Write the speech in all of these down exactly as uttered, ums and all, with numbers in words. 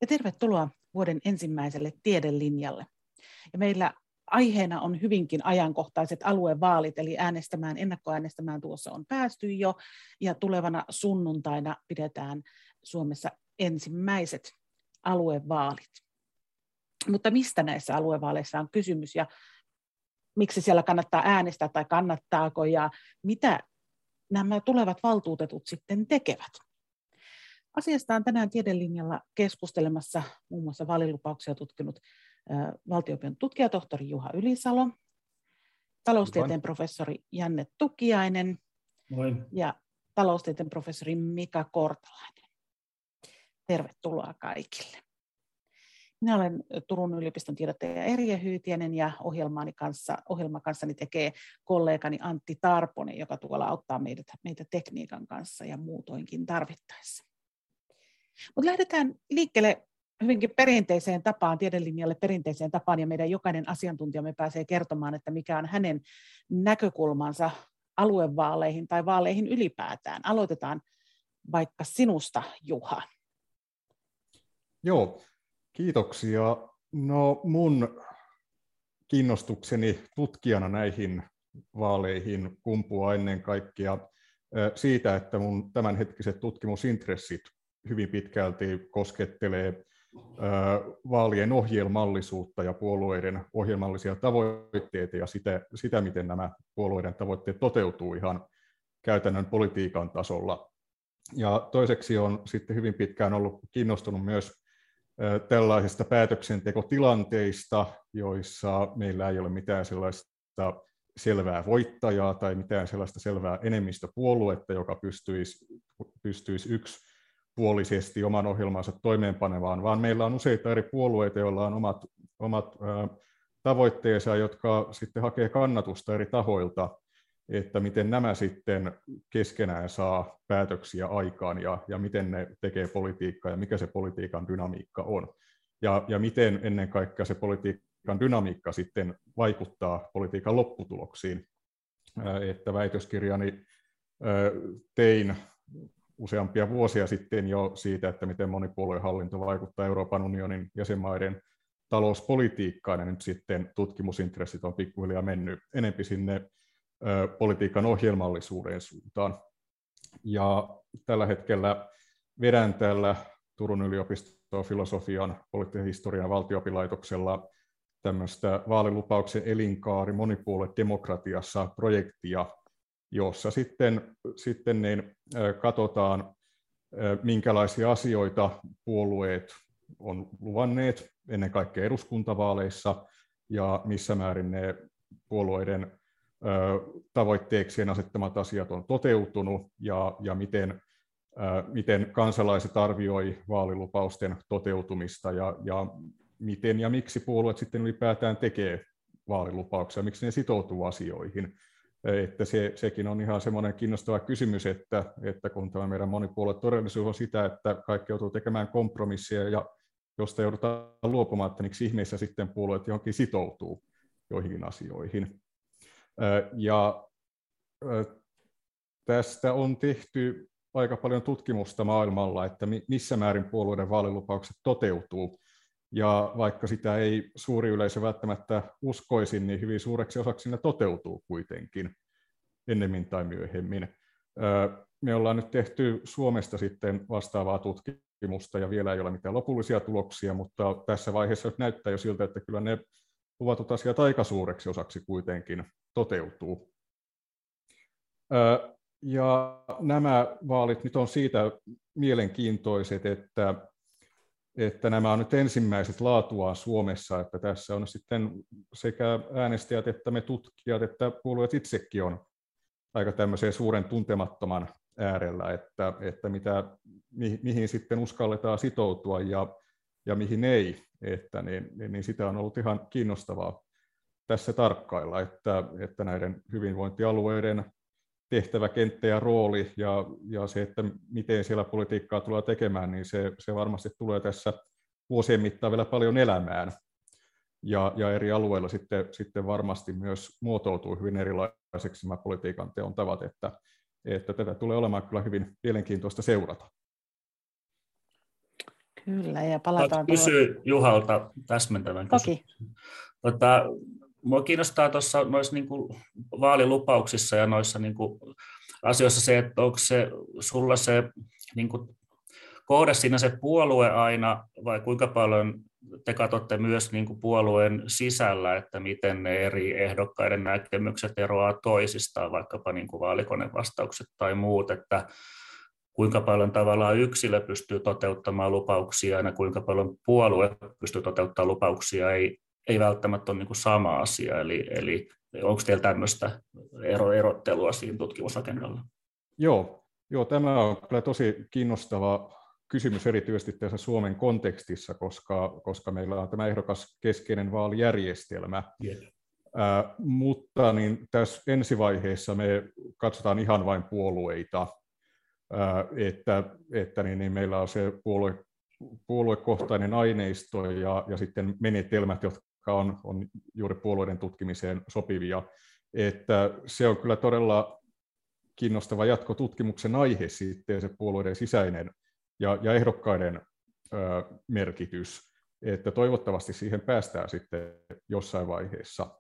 ja tervetuloa vuoden ensimmäiselle tiedelinjalle. Ja meillä aiheena on hyvinkin ajankohtaiset aluevaalit, eli äänestämään, ennakkoäänestämään tuossa on päästy jo, ja tulevana sunnuntaina pidetään Suomessa ensimmäiset aluevaalit. Mutta mistä näissä aluevaaleissa on kysymys ja miksi siellä kannattaa äänestää tai kannattaako ja mitä nämä tulevat valtuutetut sitten tekevät? Asiasta on tänään tiedelinjalla keskustelemassa muun muassa vaalilupauksia tutkinut valtiopion tutkijatohtori Juha Ylisalo, taloustieteen professori Janne Tukiainen Moi. ja taloustieteen professori Mika Kortalainen. Tervetuloa kaikille. Minä olen Turun yliopiston tiedottaja Erje Hyytiäinen ja ohjelmaani kanssa, ohjelma kanssani tekee kollegani Antti Tarponen, joka tuolla auttaa meitä, meitä tekniikan kanssa ja muutoinkin tarvittaessa. Mutta lähdetään liikkeelle hyvinkin perinteiseen tapaan, tiedelinjalle perinteiseen tapaan, ja meidän jokainen asiantuntijamme pääsee kertomaan, että mikä on hänen näkökulmansa aluevaaleihin tai vaaleihin ylipäätään. Aloitetaan vaikka sinusta, Juha. Joo, kiitoksia. No mun kiinnostukseni tutkijana näihin vaaleihin kumpuaa ennen kaikkea siitä, että mun tämänhetkiset tutkimusintressit hyvin pitkälti koskettelee vaalien ohjelmallisuutta ja puolueiden ohjelmallisia tavoitteita ja sitä, sitä, miten nämä puolueiden tavoitteet toteutuu ihan käytännön politiikan tasolla. Ja toiseksi on sitten hyvin pitkään ollut kiinnostunut myös tällaisista päätöksentekotilanteista, joissa meillä ei ole mitään sellaista selvää voittajaa tai mitään sellaista selvää enemmistöpuoluetta, joka pystyisi, pystyisi yksipuolisesti oman ohjelmansa toimeenpanevaan, vaan meillä on useita eri puolueita, joilla on omat, omat ä, tavoitteensa, jotka sitten hakee kannatusta eri tahoilta, että miten nämä sitten keskenään saa päätöksiä aikaan ja, ja miten ne tekee politiikkaa ja mikä se politiikan dynamiikka on. Ja, ja miten ennen kaikkea se politiikan dynamiikka sitten vaikuttaa politiikan lopputuloksiin. Että väitöskirjani tein useampia vuosia sitten jo siitä, että miten monipuoluehallinto vaikuttaa Euroopan unionin jäsenmaiden talouspolitiikkaan, ja nyt sitten tutkimusintressit on pikkuhiljaa mennyt enempi sinne politiikan ohjelmallisuuden suuntaan. Ja tällä hetkellä vedän täällä Turun yliopiston filosofian, poliittisen historian ja valtio-oppilaitoksella tämmöistä vaalilupauksen elinkaari monipuoluedemokratiassa projektia, jossa sitten, sitten niin katsotaan, minkälaisia asioita puolueet on luvanneet ennen kaikkea eduskuntavaaleissa ja missä määrin ne puolueiden tavoitteekseen asettamat asiat on toteutunut ja, ja miten, miten kansalaiset arvioi vaalilupausten toteutumista ja, ja miten ja miksi puolueet sitten ylipäätään tekee vaalilupauksia, miksi ne sitoutuu asioihin. Että se, sekin on ihan semmoinen kiinnostava kysymys, että, että kun tämä meidän monipuoluetodellisuus on sitä, että kaikki joutuu tekemään kompromisseja ja josta joudutaan luopumaan, että miksi ihmeessä sitten puolueet johonkin sitoutuu joihinkin asioihin. Ja tästä on tehty aika paljon tutkimusta maailmalla, että missä määrin puolueiden vaalilupaukset toteutuu. Ja vaikka sitä ei suuri yleisö välttämättä uskoisi, niin hyvin suureksi osaksi ne toteutuu kuitenkin ennemmin tai myöhemmin. Me ollaan nyt tehty Suomesta sitten vastaavaa tutkimusta ja vielä ei ole mitään lopullisia tuloksia, mutta tässä vaiheessa näyttää jo siltä, että kyllä ne luvatut asiat aika suureksi osaksi kuitenkin toteutuu. Ja nämä vaalit nyt on siitä mielenkiintoiset, että, että nämä on nyt ensimmäiset laatuaan Suomessa, että tässä on sitten sekä äänestäjät että me tutkijat että puolueet itsekin on aika tämmöisen suuren tuntemattoman äärellä, että, että mitä, mi, mihin sitten uskalletaan sitoutua ja, ja mihin ei, että niin, niin sitä on ollut ihan kiinnostavaa tässä tarkkailla, että, että näiden hyvinvointialueiden tehtäväkenttä ja rooli ja, ja se, että miten siellä politiikkaa tulee tekemään, niin se, se varmasti tulee tässä vuosien mittaan vielä paljon elämään. Ja, ja eri alueilla sitten, sitten varmasti myös muotoutuu hyvin erilaiseksi nämä politiikan teon tavat, että, että tätä tulee olemaan kyllä hyvin mielenkiintoista seurata. Kyllä, ja palataan tuohon. Kysyä Juhalta täsmentävän kysymyksen. Tota, Mua kiinnostaa tuossa noissa niin kuin vaalilupauksissa ja noissa niin kuin asioissa se, että onko se sulla se niin kuin kohde siinä se puolue aina, vai kuinka paljon te katsotte myös niin kuin puolueen sisällä, että miten ne eri ehdokkaiden näkemykset eroaa toisistaan, vaikkapa niin kuin vaalikonevastaukset tai muut, että kuinka paljon tavallaan yksilö pystyy toteuttamaan lupauksia ja kuinka paljon puolue pystyy toteuttamaan lupauksia, ei, ei välttämättä ole niin kuin sama asia. Eli, eli onko teillä tämmöistä ero, erottelua siinä tutkimusagendalla? Joo, joo, tämä on kyllä tosi kiinnostava kysymys erityisesti tässä Suomen kontekstissa, koska, koska meillä on tämä ehdokaskeskeinen vaalijärjestelmä. Yeah. Äh, mutta niin tässä ensivaiheessa me katsotaan ihan vain puolueita, äh, että, että niin, niin meillä on se puolue, puoluekohtainen aineisto ja, ja sitten menetelmät, jotka on, on juuri puolueiden tutkimiseen sopivia. Että se on kyllä todella kiinnostava jatkotutkimuksen aihe sitten, se puolueiden sisäinen ja, ja ehdokkaiden ö, merkitys, että toivottavasti siihen päästään sitten jossain vaiheessa.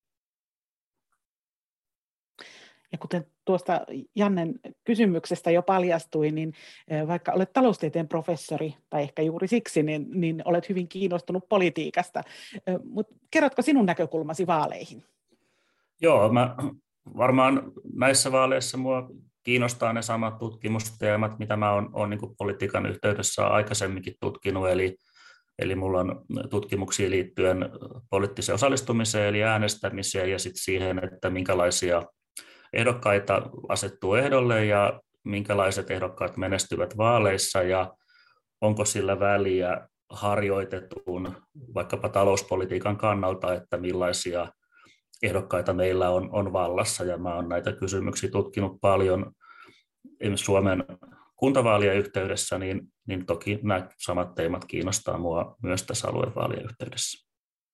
Ja kuten tuosta Jannen kysymyksestä jo paljastui, niin vaikka olet taloustieteen professori, tai ehkä juuri siksi, niin, niin olet hyvin kiinnostunut politiikasta. Mutta kerrotko sinun näkökulmasi vaaleihin? Joo, mä varmaan näissä vaaleissa mua kiinnostaa ne samat tutkimusteemat, mitä mä oon, oon niin kuin politiikan yhteydessä aikaisemminkin tutkinut, eli, eli mulla on tutkimuksia liittyen poliittiseen osallistumiseen, eli äänestämiseen, ja sitten siihen, että minkälaisia ehdokkaita asettuu ehdolle ja minkälaiset ehdokkaat menestyvät vaaleissa ja onko sillä väliä harjoitetun vaikkapa talouspolitiikan kannalta, että millaisia ehdokkaita meillä on, on vallassa. Ja mä olen näitä kysymyksiä tutkinut paljon esimerkiksi Suomen kuntavaalien yhteydessä, niin, niin toki nämä samat teemat kiinnostaa mua myös tässä aluevaalien yhteydessä.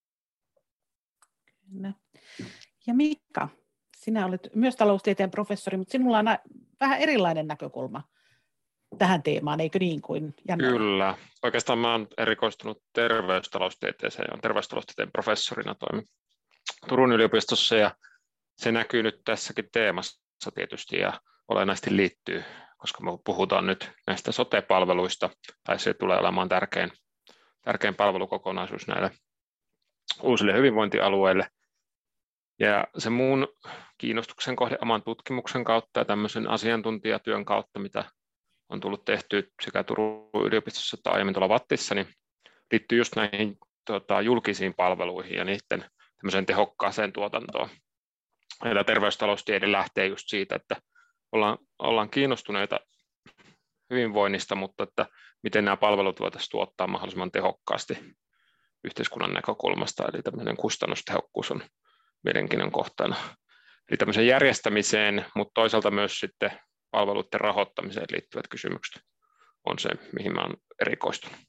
Ja Miikka, sinä olet myös taloustieteen professori, mutta sinulla on vähän erilainen näkökulma tähän teemaan, eikö niin kuin Janne? Kyllä. Oikeastaan mä olen erikoistunut terveystaloustieteeseen ja olen terveystaloustieteen professorina toimin Turun yliopistossa ja se näkyy nyt tässäkin teemassa tietysti ja olennaisesti liittyy, koska me puhutaan nyt näistä sote-palveluista tai se tulee olemaan tärkein, tärkein palvelukokonaisuus näille uusille hyvinvointialueille. Ja se mun kiinnostuksen kohde oman tutkimuksen kautta ja tämmöisen asiantuntijatyön kautta, mitä on tullut tehtyä sekä Turun yliopistossa että aiemmin tuolla Vattissa, niin liittyy just näihin tota, julkisiin palveluihin ja niiden tämmöiseen tehokkaaseen tuotantoon. Ja terveystaloustiede lähtee just siitä, että ollaan, ollaan kiinnostuneita hyvinvoinnista, mutta että miten nämä palvelut voitaisiin tuottaa mahdollisimman tehokkaasti yhteiskunnan näkökulmasta, eli tämmöinen kustannustehokkuus on mielenkiinnon kohtana. Eli tämmöiseen järjestämiseen, mutta toisaalta myös sitten palveluiden rahoittamiseen liittyvät kysymykset on se, mihin mä olen erikoistunut.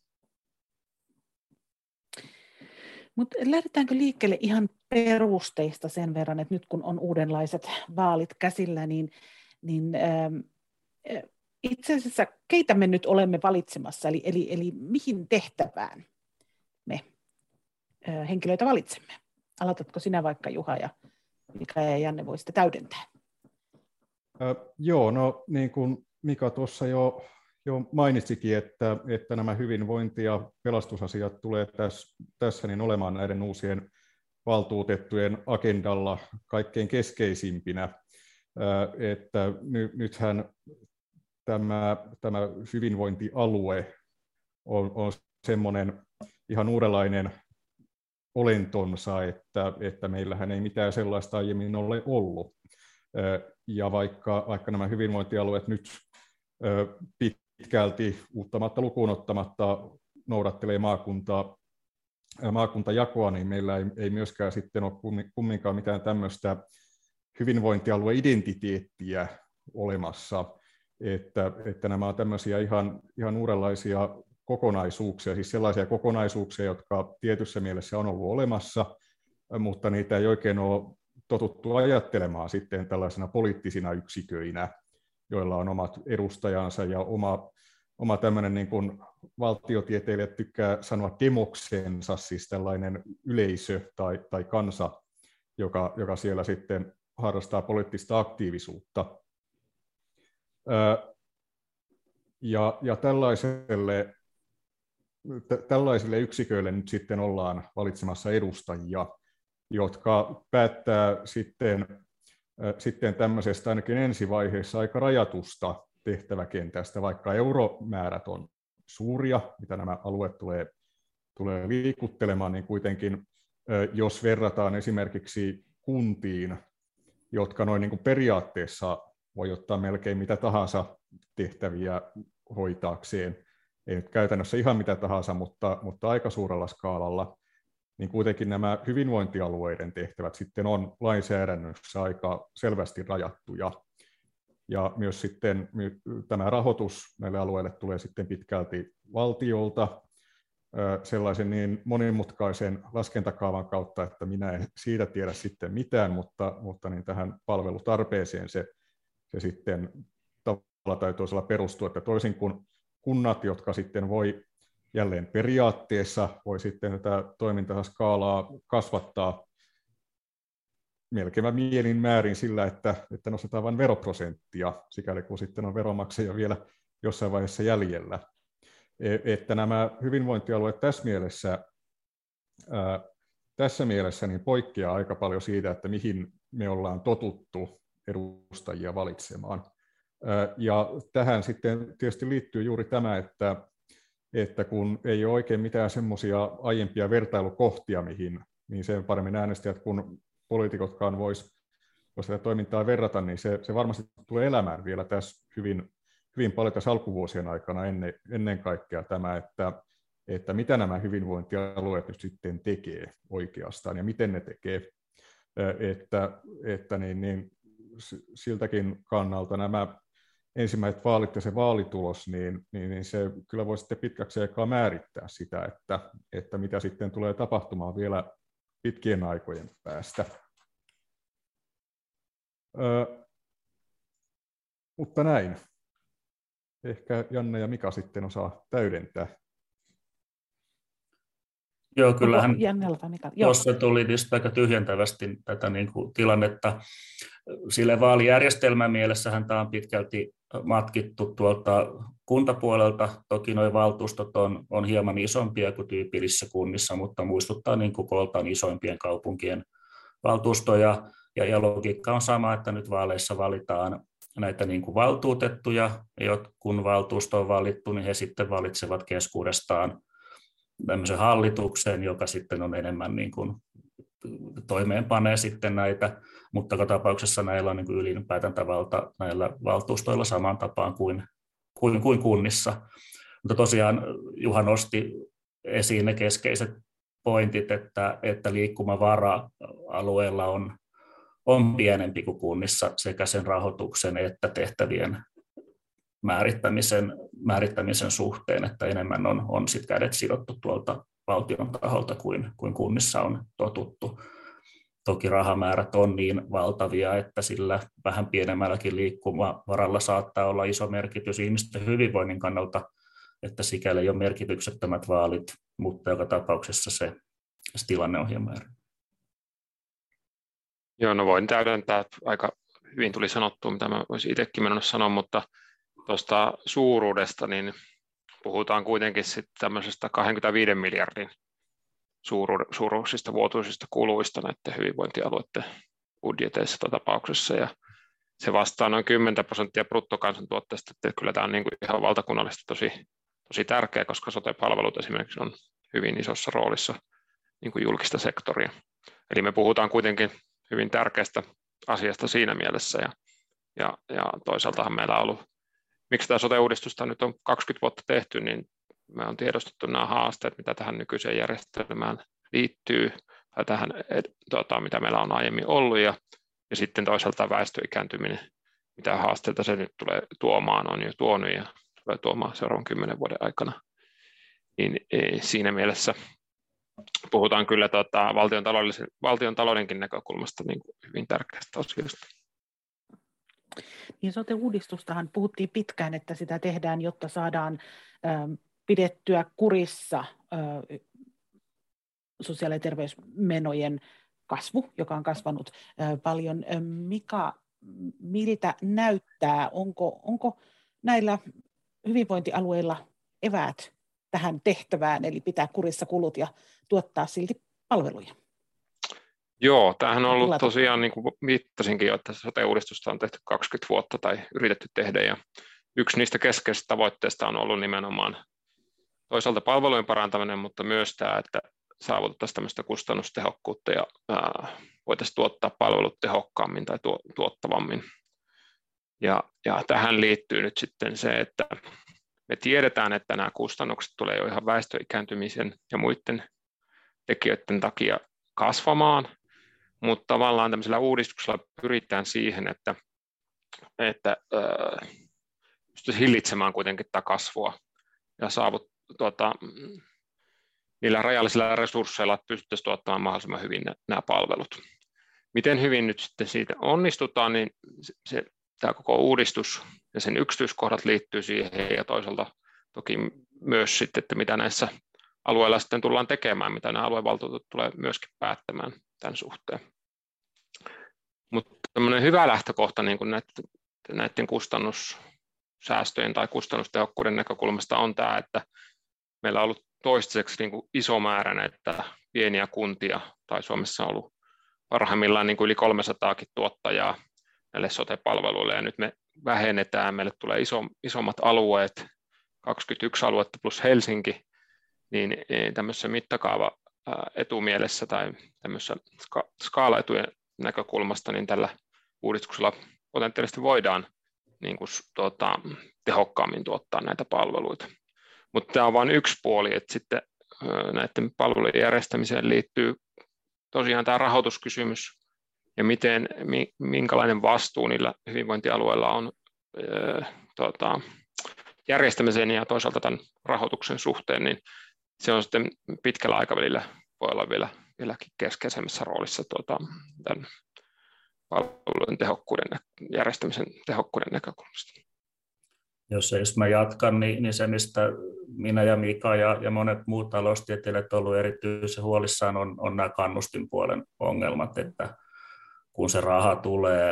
Mutta lähdetäänkö liikkeelle ihan perusteista sen verran, että nyt kun on uudenlaiset vaalit käsillä, niin, niin äh, itse asiassa keitä me nyt olemme valitsemassa, eli, eli, eli mihin tehtävään me äh, henkilöitä valitsemme? Aloitatko sinä vaikka Juha ja Mika ja Janne voisitte täydentää? Äh, joo, no niin kuin Mika tuossa jo, jo mainitsikin, että, että nämä hyvinvointi- ja pelastusasiat tulee tässä, tässä niin olemaan näiden uusien valtuutettujen agendalla kaikkein keskeisimpinä. Äh, että ny, nythän tämä, tämä hyvinvointialue on, on semmoinen ihan uudenlainen olentonsa, että, että meillähän ei mitään sellaista aiemmin ole ollut. Ja vaikka, vaikka nämä hyvinvointialueet nyt pitkälti Uuttamaata lukuun ottamatta noudattelee maakuntaa, maakuntajakoa, niin meillä ei, ei myöskään sitten ole kumminkaan mitään tämmöistä hyvinvointialue-identiteettiä olemassa, että, että nämä on tämmöisiä ihan, ihan uudenlaisia kokonaisuuksia, siis sellaisia kokonaisuuksia, jotka tietyssä mielessä on ollut olemassa, mutta niitä ei oikein ole totuttu ajattelemaan sitten tällaisena poliittisina yksiköinä, joilla on omat edustajansa ja oma oma tämmöinen niin kuin valtiotieteilijät tykkää sanoa demoksensa, siis tällainen yleisö tai, tai kansa, joka, joka siellä sitten harrastaa poliittista aktiivisuutta. Ja, ja tällaiselle, tällaisille yksiköille nyt sitten ollaan valitsemassa edustajia, jotka päättää sitten, sitten tämmöisestä ainakin ensivaiheessa aika rajatusta tehtäväkentästä, vaikka euromäärät on suuria, mitä nämä alueet tulee, tulee liikuttelemaan, niin kuitenkin jos verrataan esimerkiksi kuntiin, jotka noin niin kuin periaatteessa voi ottaa melkein mitä tahansa tehtäviä hoitaakseen, ei nyt käytännössä ihan mitä tahansa, mutta, mutta aika suurella skaalalla, niin kuitenkin nämä hyvinvointialueiden tehtävät sitten on lainsäädännössä aika selvästi rajattuja. Ja myös sitten tämä rahoitus näille alueille tulee sitten pitkälti valtiolta sellaisen niin monimutkaisen laskentakaavan kautta, että minä en siitä tiedä sitten mitään, mutta, mutta niin tähän palvelutarpeeseen se, se sitten tavalla tai toisella perustuu, että toisin kuin kunnat, jotka sitten voi jälleen periaatteessa voi sitten tätä toimintaskaalaa kasvattaa melkein mielin määrin sillä, että, että nostetaan vain veroprosenttia, sikäli kun sitten on veronmaksajia vielä jossain vaiheessa jäljellä. Että nämä hyvinvointialueet tässä mielessä, ää, tässä mielessä niin poikkeaa aika paljon siitä, että mihin me ollaan totuttu edustajia valitsemaan. Ää, ja tähän sitten tietysti liittyy juuri tämä, että, että kun ei ole oikein mitään semmoisia aiempia vertailukohtia, mihin, mihin sen paremmin äänestäjät kun poliitikotkaan vois, vois tätä toimintaa verrata, niin se, se varmasti tulee elämään vielä tässä hyvin, hyvin paljon tässä alkuvuosien aikana ennen, ennen kaikkea tämä, että, että mitä nämä hyvinvointialueet nyt sitten tekee oikeastaan ja miten ne tekee. Että, että niin, niin, siltäkin kannalta nämä ensimmäiset vaalit ja se vaalitulos, niin, niin, niin se kyllä voi sitten pitkäksi aikaa määrittää sitä, että, että mitä sitten tulee tapahtumaan vielä pitkien aikojen päästä. Ö, mutta näin. Ehkä Janne ja Mika sitten osaa täydentää. Joo, kyllähän tuossa tuli tietysti aika tyhjentävästi tätä niin kuin tilannetta. Sille vaalijärjestelmän mielessähän tämä on pitkälti matkittu tuolta kuntapuolelta. Toki nuo valtuustot on, on hieman isompia kuin tyypillisissä kunnissa, mutta muistuttaa niin kuin kooltaan isoimpien kaupunkien valtuustoja. Ja, ja logiikka on sama, että nyt vaaleissa valitaan näitä niin kuin valtuutettuja, ja kun valtuusto on valittu, niin he sitten valitsevat keskuudestaan tämmöisen hallituksen, joka sitten on enemmän niin kuin toimeenpanee sitten näitä, mutta joka tapauksessa näillä on niin kuin ylin päätäntävalta näillä valtuustoilla samaan tapaan kuin, kuin, kuin kunnissa. Mutta tosiaan Juha nosti esiin ne keskeiset pointit, että, että liikkumavara alueella on, on pienempi kuin kunnissa sekä sen rahoituksen että tehtävien määrittämisen, määrittämisen suhteen, että enemmän on, on sit kädet sidottu tuolta valtion taholta kuin, kuin kunnissa on totuttu. Toki rahamäärät on niin valtavia, että sillä vähän pienemmälläkin liikkumavaralla saattaa olla iso merkitys ihmisten hyvinvoinnin kannalta, että sikäli ei ole merkityksettömät vaalit, mutta joka tapauksessa se, se tilanne on hieman eri. Joo, no voin täydentää, aika hyvin tuli sanottua, mitä mä voisin itsekin mennä sanoa, mutta tuosta suuruudesta, niin puhutaan kuitenkin sitten tämmöisestä kaksikymmentäviiden miljardin suuruisista vuotuisista kuluista näiden hyvinvointialueiden budjeteissa tapauksessa, ja se vastaa noin kymmenen prosenttia bruttokansantuotteesta, että kyllä tämä on niin kuin ihan valtakunnallisesti tosi, tosi tärkeä, koska sote-palvelut esimerkiksi on hyvin isossa roolissa niin kuin julkista sektoria. Eli me puhutaan kuitenkin hyvin tärkeästä asiasta siinä mielessä, ja, ja, ja toisaaltahan meillä on ollut, miksi tämä sote-uudistusta nyt on kaksikymmentä vuotta tehty, niin me on tiedostettu nämä haasteet, mitä tähän nykyiseen järjestelmään liittyy, tai tähän, tuota, mitä meillä on aiemmin ollut, ja, ja sitten toisaalta väestöikääntyminen, mitä haasteita se nyt tulee tuomaan, on jo tuonut ja tulee tuomaan seuraavan kymmenen vuoden aikana. Niin, e, siinä mielessä puhutaan kyllä tuota, valtion, valtion taloudenkin näkökulmasta niin kuin hyvin tärkeästä asiasta. Niin sote-uudistustahan puhuttiin pitkään, että sitä tehdään, jotta saadaan ähm, pidettyä kurissa äh, sosiaali- ja terveysmenojen kasvu, joka on kasvanut äh, paljon. Äh, Mika, miltä näyttää? Onko, onko näillä hyvinvointialueilla eväät tähän tehtävään, eli pitää kurissa kulut ja tuottaa silti palveluja? Joo, tämähän on ollut tosiaan, niin kuin viittasinkin jo, että sote-uudistusta on tehty kaksikymmentä vuotta tai yritetty tehdä, ja yksi niistä keskeisistä tavoitteista on ollut nimenomaan toisaalta palvelujen parantaminen, mutta myös tämä, että saavutettaisiin tämmöistä kustannustehokkuutta ja ää, voitaisiin tuottaa palvelut tehokkaammin tai tuo, tuottavammin. Ja, ja tähän liittyy nyt sitten se, että me tiedetään, että nämä kustannukset tulee jo ihan väestöikääntymisen ja muiden tekijöiden takia kasvamaan, mutta tavallaan tämmöisellä uudistuksella pyritään siihen, että, että äh, pystyisi hillitsemään kuitenkin tätä kasvua ja saavut, tuota, niillä rajallisilla resursseilla pystyttäisiin tuottamaan mahdollisimman hyvin nämä palvelut. Miten hyvin nyt sitten siitä onnistutaan, niin se, se, tämä koko uudistus ja sen yksityiskohdat liittyy siihen, ja toisaalta toki myös sitten, että mitä näissä alueilla sitten tullaan tekemään, mitä nämä aluevaltuutetut tulee myöskin päättämään tämän suhteen. Mutta tämmöinen hyvä lähtökohta niin kuin näiden, näiden kustannussäästöjen tai kustannustehokkuuden näkökulmasta on tämä, että meillä on ollut toistaiseksi niin kuin iso määrä näitä pieniä kuntia, tai Suomessa on ollut parhaimmillaan niin kuin yli kolmesataakin tuottajaa näille sote-palveluille, ja nyt me vähennetään, meille tulee iso, isommat alueet, kaksikymmentäyksi aluetta plus Helsinki, niin tämmöisessä mittakaava etumielessä tai tämmöisessä ska- skaalaetujen näkökulmasta, niin tällä uudistuksella potentiaalisesti voidaan niin kuin, tuota, tehokkaammin tuottaa näitä palveluita. Mutta tämä on vain yksi puoli, että sitten näiden palvelujen järjestämiseen liittyy tosiaan tämä rahoituskysymys ja miten, minkälainen vastuu niillä hyvinvointialueilla on ää, tuota, järjestämisen ja toisaalta tämän rahoituksen suhteen, niin se on sitten pitkällä aikavälillä voi olla vielä, vieläkin keskeisemmässä roolissa tuota, tämän palvelujen tehokkuuden, järjestämisen tehokkuuden näkökulmasta. Jos, jos mä jatkan, niin, niin se, mistä minä ja Mika ja, ja monet muut taloustieteilijät ovat olleet erityisen huolissaan, on, on nämä kannustinpuolen ongelmat, että kun se raha tulee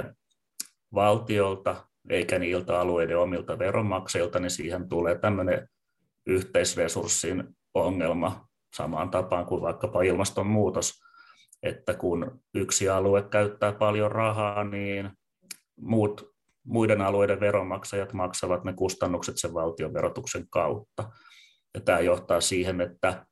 valtiolta eikä niiltä alueiden omilta veronmaksajilta, niin siihen tulee tämmöinen yhteisresurssin ongelma samaan tapaan kuin vaikkapa ilmastonmuutos, että kun yksi alue käyttää paljon rahaa, niin muut, muiden alueiden veronmaksajat maksavat ne kustannukset sen valtion verotuksen kautta. Ja tämä johtaa siihen, että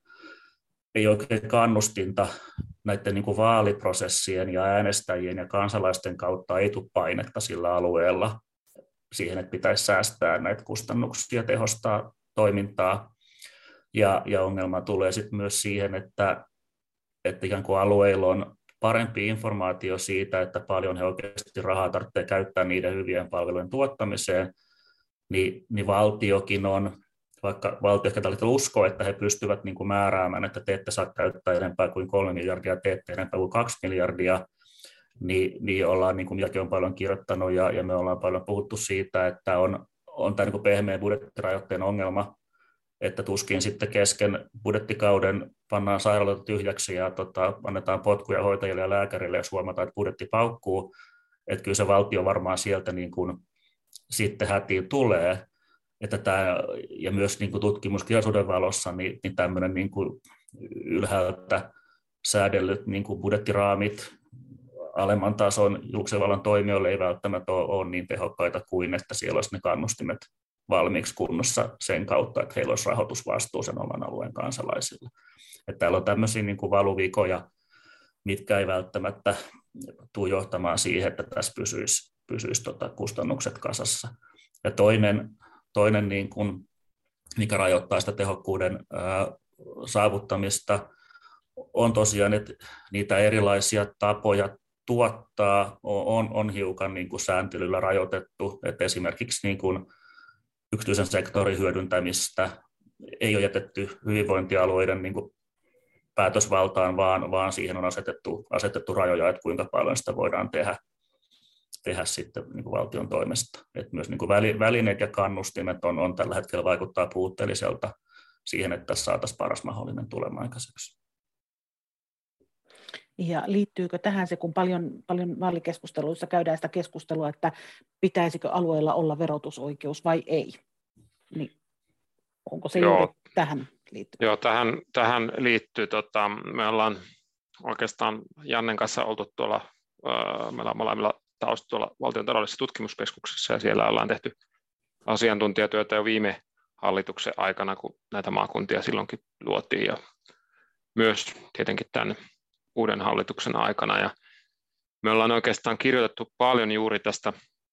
ei oikein kannustinta näiden niin kuin vaaliprosessien ja äänestäjien ja kansalaisten kautta ei tule painetta sillä alueella siihen, että pitäisi säästää näitä kustannuksia, tehostaa toimintaa. Ja, ja ongelma tulee sitten myös siihen, että, että ikään kuin alueilla on parempi informaatio siitä, että paljon he oikeasti rahaa tarvitsee käyttää niiden hyvien palvelujen tuottamiseen, niin, niin valtiokin on, vaikka valtio ehkä tällä uskoo, että he pystyvät niin kuin määräämään, että te ette saa käyttää enempää kuin kolme miljardia, te ette enempää kuin kaksi miljardia, niin, niin ollaan, niin kuin minäkin olen paljon kirjoittanut ja, ja me ollaan paljon puhuttu siitä, että on, on tämä niin kuin pehmeä budjettirajoitteen ongelma, että tuskin sitten kesken budjettikauden pannaan sairaaloita tyhjäksi ja tota, annetaan potkuja hoitajille ja lääkärille, jos huomataan, että budjetti paukkuu. Että kyllä se valtio varmaan sieltä niin kuin sitten hätiin tulee. Että tämä, ja myös niin kuin tutkimuskirjallisuuden valossa niin, niin tämmöinen niin kuin ylhäältä säädellyt niin kuin budjettiraamit alemman tason julkisen vallan toimijoille ei välttämättä ole, ole niin tehokkaita kuin, että siellä olisi ne kannustimet valmiiksi kunnossa sen kautta, että heillä olisi rahoitusvastuu sen oman alueen kansalaisilla. Että täällä on tämmöisiä niin kuin valuvikoja, mitkä ei välttämättä tule johtamaan siihen, että tässä pysyisi, pysyisi tota kustannukset kasassa. Ja toinen, toinen niin kuin, mikä rajoittaa sitä tehokkuuden ää, saavuttamista, on tosiaan, että niitä erilaisia tapoja tuottaa on, on hiukan niin kuin sääntelyllä rajoitettu. Että esimerkiksi niin kuin yksityisen sektorin hyödyntämistä ei ole jätetty hyvinvointialueiden niin kuin päätösvaltaan, vaan, vaan siihen on asetettu, asetettu rajoja, että kuinka paljon sitä voidaan tehdä. tehdä sitten niin kuin valtion toimesta. Et myös niin kuin välineet ja kannustimet on, on tällä hetkellä vaikuttaa puutteelliselta siihen, että tässä saataisiin paras mahdollinen tulema aikaiseksi. Ja liittyykö tähän se, kun paljon, paljon vaalikeskusteluissa käydään sitä keskustelua, että pitäisikö alueella olla verotusoikeus vai ei? Niin onko se Joo. juuri tähän liittyvä? Joo, tähän, tähän liittyy. Tota, me ollaan oikeastaan Jannen kanssa oltu tuolla, äh, meillä on molemmilla tausta tuolla Valtion taloudellisessa tutkimuskeskuksessa, ja siellä ollaan tehty asiantuntijatyötä jo viime hallituksen aikana, kun näitä maakuntia silloinkin luotiin, ja myös tietenkin tämän uuden hallituksen aikana. Ja me ollaan oikeastaan kirjoitettu paljon juuri tästä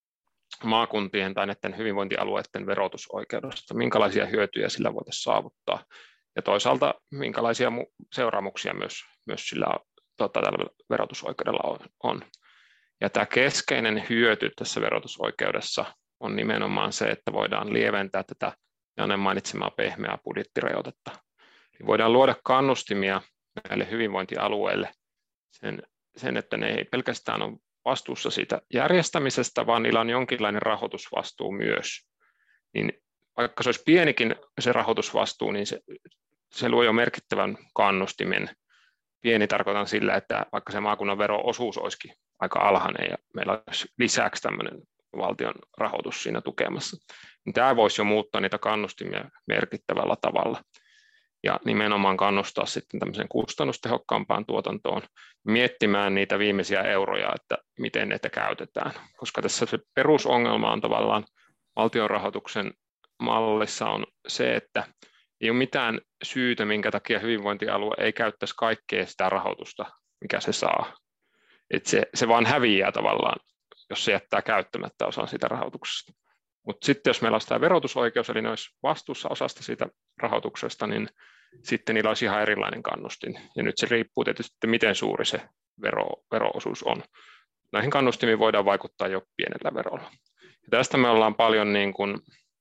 maakuntien tai näiden hyvinvointialueiden verotusoikeudesta, minkälaisia hyötyjä sillä voitaisiin saavuttaa, ja toisaalta minkälaisia seuraamuksia myös, myös sillä tota, tällä verotusoikeudella on. Ja tämä keskeinen hyöty tässä verotusoikeudessa on nimenomaan se, että voidaan lieventää tätä Jannen mainitsemaa pehmeää budjettirajoitetta. Eli voidaan luoda kannustimia näille hyvinvointialueille sen, sen, että ne ei pelkästään ole vastuussa siitä järjestämisestä, vaan niillä on jonkinlainen rahoitusvastuu myös. Niin vaikka se olisi pienikin se rahoitusvastuu, niin se, se luo jo merkittävän kannustimen. Pieni tarkoitan sillä, että vaikka se maakunnan vero-osuus olisikin aika alhainen ja meillä olisi lisäksi tämmöinen valtion rahoitus siinä tukemassa, niin tämä voisi jo muuttaa niitä kannustimia merkittävällä tavalla. Ja nimenomaan kannustaa sitten tämmöiseen kustannustehokkaampaan tuotantoon, miettimään niitä viimeisiä euroja, että miten näitä käytetään. Koska tässä se perusongelma on tavallaan valtion rahoituksen mallissa on se, että ei ole mitään syytä, minkä takia hyvinvointialue ei käyttäisi kaikkea sitä rahoitusta, mikä se saa. Et se, se vaan häviää tavallaan, jos se jättää käyttämättä osan siitä rahoituksesta. Mutta sitten jos meillä olisi tämä verotusoikeus, eli ne olisi vastuussa osasta siitä rahoituksesta, niin sitten niillä olisi ihan erilainen kannustin. Ja nyt se riippuu tietysti, miten suuri se vero, vero-osuus on. Näihin kannustimiin voidaan vaikuttaa jo pienellä verolla. Ja tästä me ollaan paljon niin kuin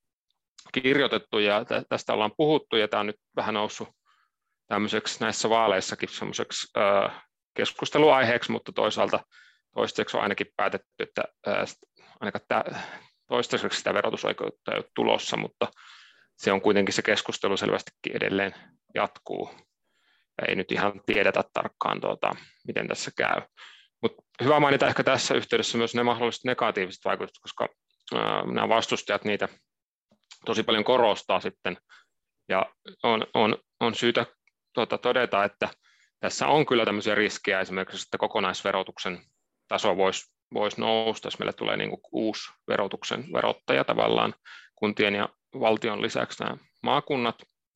kirjoitettu ja tästä ollaan puhuttu, ja tämä on nyt vähän noussut tämmöiseksi näissä vaaleissakin semmoiseksi äh, keskusteluaiheeksi, mutta toisaalta toistaiseksi on ainakin päätetty, että äh, ainakaan tämä toistaiseksi sitä verotusoikeutta ei ole tulossa, mutta se on kuitenkin se keskustelu selvästikin edelleen jatkuu. Ja ei nyt ihan tiedetä tarkkaan, tuota, miten tässä käy. Mutta hyvä mainita ehkä tässä yhteydessä myös ne mahdolliset negatiiviset vaikutukset, koska ää, nämä vastustajat niitä tosi paljon korostaa sitten. Ja on, on, on syytä tuota, todeta, että tässä on kyllä tämmöisiä riskejä, esimerkiksi, että kokonaisverotuksen taso voisi vois nousta, jos meille tulee niin kuin uusi verotuksen verottaja tavallaan kuntien ja valtion lisäksi nämä maakunnat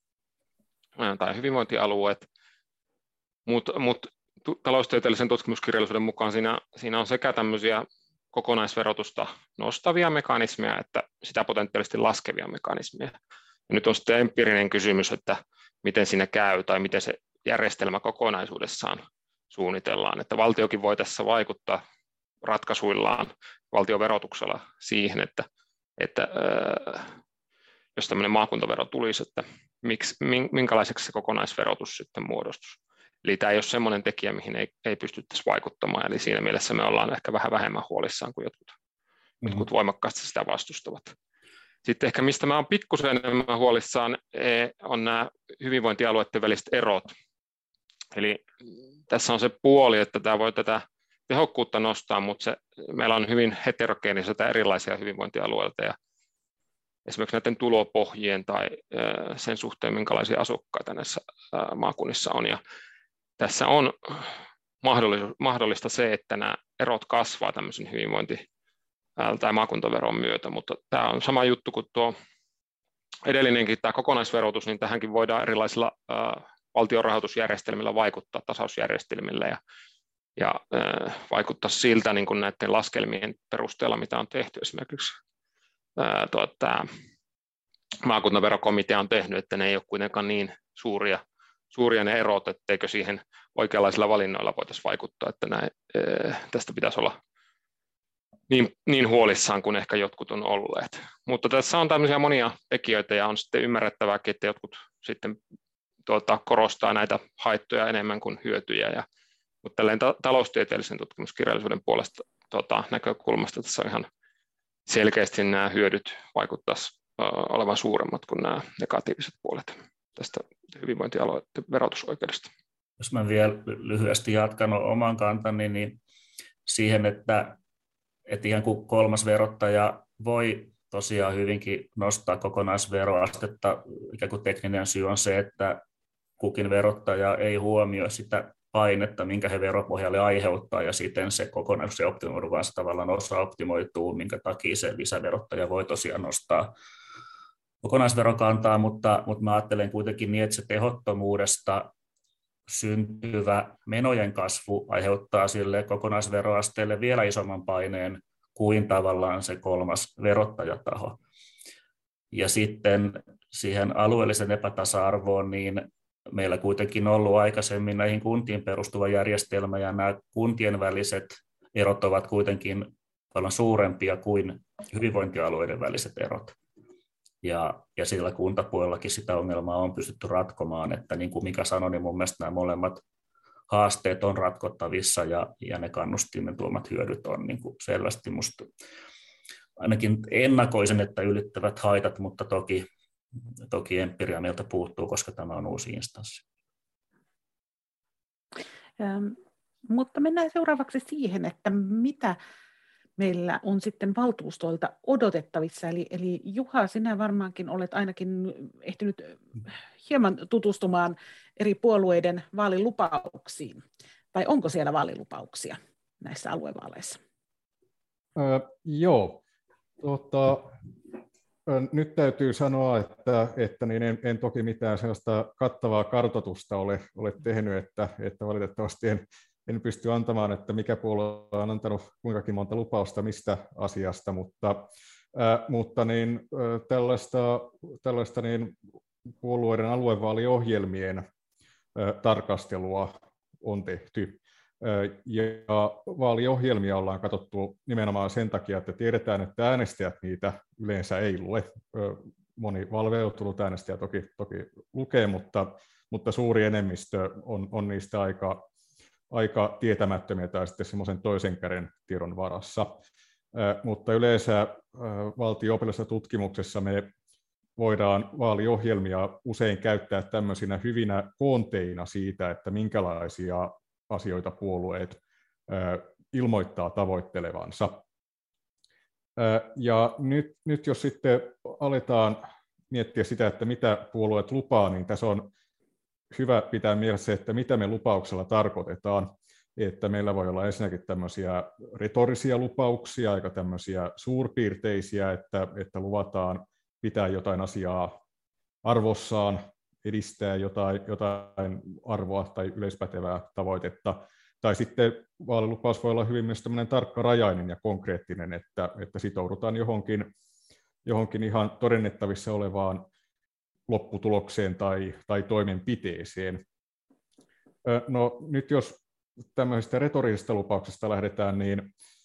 tai hyvinvointialueet, mutta mut, taloustieteellisen tutkimuskirjallisuuden mukaan siinä, siinä on sekä tämmöisiä kokonaisverotusta nostavia mekanismeja että sitä potentiaalisesti laskevia mekanismeja. Ja nyt on sitten empiirinen kysymys, että miten siinä käy tai miten se järjestelmä kokonaisuudessaan suunnitellaan, että valtiokin voi tässä vaikuttaa ratkaisuillaan valtion verotuksella siihen, että, että äh, jos tämmöinen maakuntavero tulisi, että miksi, minkälaiseksi se kokonaisverotus sitten muodostus. Eli tämä ei ole semmoinen tekijä, mihin ei, ei pystyttäisi vaikuttamaan, eli siinä mielessä me ollaan ehkä vähän vähemmän huolissaan kuin jotkut, mm-hmm. jotkut voimakkaasti sitä vastustavat. Sitten ehkä mistä mä olen pikkusen enemmän huolissaan, on nämä hyvinvointialueiden väliset erot. Eli tässä on se puoli, että tämä voi tätä tehokkuutta nostaa, mutta se, meillä on hyvin heterogeenisia erilaisia hyvinvointialueita, ja esimerkiksi näiden tulopohjien tai sen suhteen, minkälaisia asukkaita näissä maakunnissa on. Ja tässä on mahdollista se, että nämä erot kasvaa tämmöisen hyvinvointi- tai maakuntaveron myötä, mutta tämä on sama juttu kuin tuo edellinenkin, tämä kokonaisverotus, niin tähänkin voidaan erilaisilla valtionrahoitusjärjestelmillä vaikuttaa, tasausjärjestelmillä, ja, ja vaikuttaa siltä niin kuin näiden laskelmien perusteella, mitä on tehty esimerkiksi Tuota, maakuntaverokomitea on tehnyt, että ne ei ole kuitenkaan niin suuria, suuria ne erot, etteikö siihen oikeanlaisilla valinnoilla voitaisiin vaikuttaa, että näin, tästä pitäisi olla niin, niin huolissaan kuin ehkä jotkut on olleet. Mutta tässä on tämmöisiä monia tekijöitä ja on sitten ymmärrettävääkin, että jotkut sitten tuota, korostaa näitä haittoja enemmän kuin hyötyjä. Ja, mutta tälleen ta- taloustieteellisen tutkimuskirjallisuuden puolesta tota, näkökulmasta tässä on ihan selkeästi nämä hyödyt vaikuttaisi olevan suuremmat kuin nämä negatiiviset puolet tästä hyvinvointialueiden verotusoikeudesta. Jos mä vielä lyhyesti jatkan oman kantani, niin siihen, että, että ihan kuin kolmas verottaja voi tosiaan hyvinkin nostaa kokonaisveroastetta. Ikään kuin tekninen syy on se, että kukin verottaja ei huomioi sitä painetta, minkä he veropohjalle aiheuttaa, ja siten se kokonaisuus ei optimoidu, vaan se tavallaan osa optimoituu, minkä takia se lisäverottaja voi tosiaan nostaa kokonaisverokantaa, mutta, mutta mä ajattelen kuitenkin niin, että se tehottomuudesta syntyvä menojen kasvu aiheuttaa sille kokonaisveroasteelle vielä isomman paineen kuin tavallaan se kolmas verottajataho. Ja sitten siihen alueellisen epätasa-arvoon, niin meillä kuitenkin on ollut aikaisemmin näihin kuntiin perustuva järjestelmä, ja nämä kuntien väliset erot ovat kuitenkin paljon suurempia kuin hyvinvointialueiden väliset erot. Ja, ja sillä kuntapuolellakin sitä ongelmaa on pystytty ratkomaan, että niin kuin Mika sanoi, niin mun mielestä nämä molemmat haasteet on ratkottavissa, ja, ja ne kannustimen tuomat hyödyt on niin kuin selvästi musta ainakin ennakoisen, että ylittävät haitat, mutta toki, toki empiria meiltä puuttuu, koska tämä on uusi instanssi. Ähm, mutta mennään seuraavaksi siihen, että mitä meillä on sitten valtuustoilta odotettavissa. Eli, eli Juha, sinä varmaankin olet ainakin ehtinyt hieman tutustumaan eri puolueiden vaalilupauksiin. Tai onko siellä vaalilupauksia näissä aluevaaleissa? Öö, joo. Tota, nyt täytyy sanoa, että, että niin en, en toki mitään sellaista kattavaa kartoitusta ole, ole tehnyt, että, että valitettavasti en, en pysty antamaan, että mikä puolue on antanut kuinkakin monta lupausta mistä asiasta, mutta, ää, mutta niin, ää, tällaista, tällaista niin puolueiden aluevaaliohjelmien ää, tarkastelua on tehty. Ja vaaliohjelmia ollaan katsottu nimenomaan sen takia, että tiedetään, että äänestäjät niitä yleensä ei lue. Moni valveutunut äänestäjä toki, toki lukee, mutta, mutta suuri enemmistö on, on niistä aika, aika tietämättömiä tai sitten semmoisen toisen käden tiedon varassa. Mutta yleensä valtio-opillisessa tutkimuksessa me voidaan vaaliohjelmia usein käyttää tämmöisinä hyvinä koonteina siitä, että minkälaisia asioita puolueet ilmoittaa tavoittelevansa. Ja nyt, nyt jos sitten aletaan miettiä sitä, että mitä puolueet lupaa, niin tässä on hyvä pitää mielessä, että mitä me lupauksella tarkoitetaan. Että meillä voi olla ensinnäkin tämmöisiä retorisia lupauksia, aika tämmöisiä suurpiirteisiä, että, että luvataan pitää jotain asiaa arvossaan, edistää jotain, jotain arvoa tai yleispätevää tavoitetta. Tai sitten vaalilupaus voi olla hyvin myös tämmöinen tarkkarajainen ja konkreettinen, että, että sitoudutaan johonkin, johonkin ihan todennettavissa olevaan lopputulokseen tai, tai toimenpiteeseen. No nyt jos tämmöisestä retorisesta lupauksesta lähdetään, niin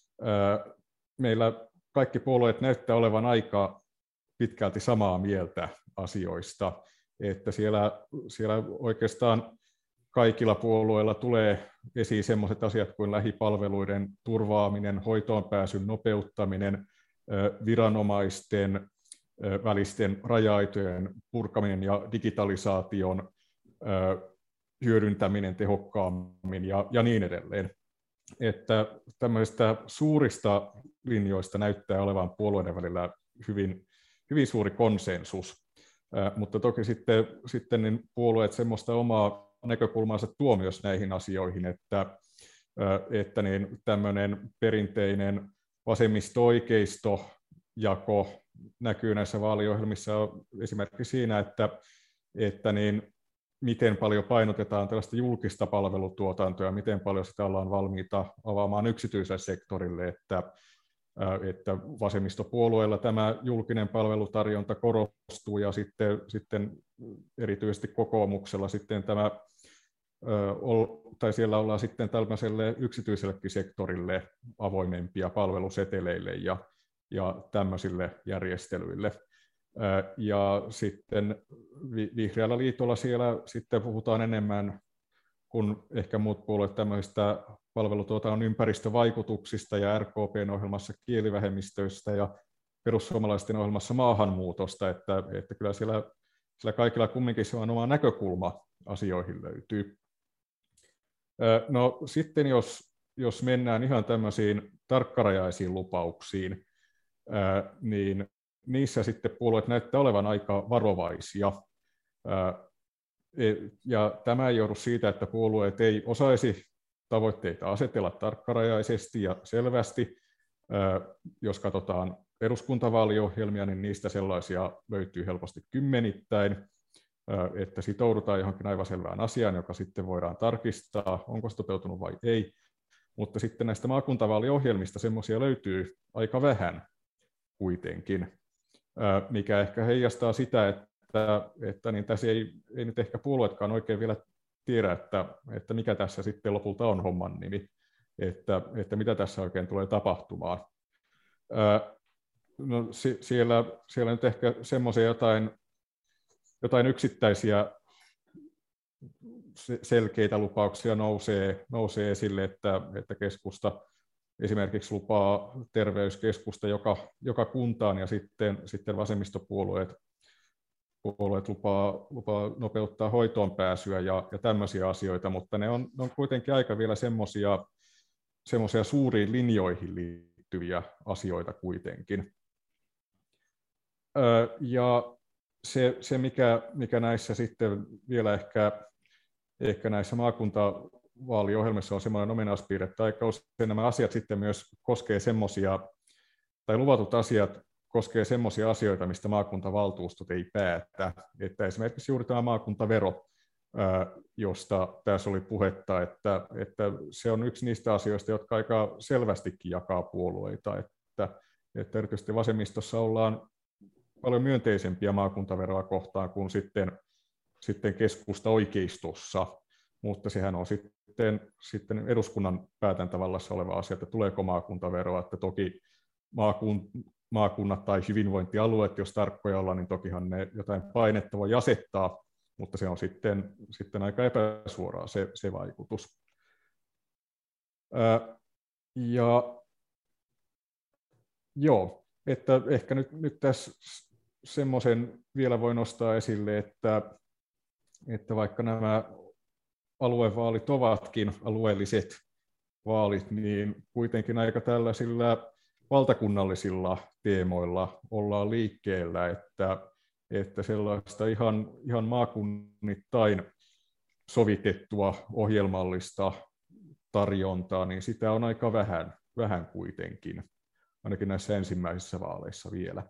meillä kaikki puolueet näyttää olevan aika pitkälti samaa mieltä asioista. Että siellä, siellä oikeastaan kaikilla puolueilla tulee esiin sellaiset asiat kuin lähipalveluiden turvaaminen, hoitoonpääsyn nopeuttaminen, viranomaisten välisten raja-aitojen purkaminen ja digitalisaation hyödyntäminen tehokkaammin ja, ja niin edelleen. Että tämmöisistä suurista linjoista näyttää olevan puolueiden välillä hyvin, hyvin suuri konsensus. Mutta toki sitten, sitten niin puolueet semmoista omaa näkökulmaansa tuo myös näihin asioihin, että, että niin tämmöinen perinteinen vasemmisto-oikeisto-jako näkyy näissä vaaliohjelmissa esimerkiksi siinä, että, että niin miten paljon painotetaan tällaista julkista palvelutuotantoa, miten paljon sitä ollaan valmiita avaamaan yksityiselle sektorille, että että vasemmistopuolueilla tämä julkinen palvelutarjonta korostuu ja sitten, sitten erityisesti kokoomuksella sitten tämä, tai siellä ollaan sitten tällaiselle yksityisellekin sektorille avoimempia palveluseteleille ja, ja tämmöisille järjestelyille. Ja sitten Vihreällä liitolla siellä sitten puhutaan enemmän kuin ehkä muut puolueet tämmöistä palvelutuotannon ympäristövaikutuksista ja R K P:n ohjelmassa kielivähemmistöistä ja perussuomalaisten ohjelmassa maahanmuutosta, että, että kyllä siellä, siellä kaikilla kumminkin se on oma näkökulma asioihin löytyy. No sitten jos, jos mennään ihan tämmöisiin tarkkarajaisiin lupauksiin, niin niissä sitten puolueet näyttää olevan aika varovaisia. Ja tämä ei johdu siitä, että puolueet ei osaisi tavoitteita asetella tarkkarajaisesti ja selvästi. Jos katsotaan eduskuntavaaliohjelmia, niin niistä sellaisia löytyy helposti kymmenittäin, että sitoudutaan johonkin aivan selvään asiaan, joka sitten voidaan tarkistaa, onko se toteutunut vai ei. Mutta sitten näistä maakuntavaaliohjelmista semmoisia löytyy aika vähän kuitenkin, mikä ehkä heijastaa sitä, että, että niin tässä ei, ei nyt ehkä puolueetkaan oikein vielä tiedä, että, että mikä tässä sitten lopulta on homman nimi, että, että mitä tässä oikein tulee tapahtumaan. No, siellä, siellä nyt ehkä semmoisia jotain, jotain yksittäisiä selkeitä lupauksia nousee, nousee esille, että, että keskusta esimerkiksi lupaa terveyskeskusta joka, joka kuntaan ja sitten, sitten vasemmistopuolueet puolueet lupaa, lupaa nopeuttaa hoitoon pääsyä ja, ja tämmöisiä asioita, mutta ne on, ne on kuitenkin aika vielä semmoisia semmoisia suuriin linjoihin liittyviä asioita kuitenkin. Ja se, se mikä, mikä näissä sitten vielä ehkä, ehkä näissä maakuntavaaliohjelmissa on semmoinen ominaispiirre, että aika usein nämä asiat sitten myös koskee semmoisia, tai luvatut asiat koskee semmoisia asioita, mistä maakuntavaltuustot ei päätä. Että esimerkiksi juuri tämä maakuntavero, josta tässä oli puhetta, että, että se on yksi niistä asioista, jotka aika selvästikin jakaa puolueita, että, että erityisesti vasemmistossa ollaan paljon myönteisempiä maakuntaveroa kohtaan kuin sitten, sitten keskusta oikeistossa, mutta sehän on sitten, sitten eduskunnan päätäntävallassa oleva asia, että tuleeko maakuntaveroa, että toki maakun, maakunnat tai hyvinvointialueet, jos tarkkoja ollaan, niin tokihan ne jotain painetta voi asettaa, mutta se on sitten, sitten aika epäsuoraa se, se vaikutus. Ää, ja joo, että ehkä nyt, nyt tässä semmoisen vielä voi nostaa esille, että, että vaikka nämä aluevaalit ovatkin alueelliset vaalit, niin kuitenkin aika tällaisilla valtakunnallisilla teemoilla ollaan liikkeellä, että, että sellaista ihan, ihan maakunnittain sovitettua ohjelmallista tarjontaa, niin sitä on aika vähän, vähän kuitenkin, ainakin näissä ensimmäisissä vaaleissa vielä.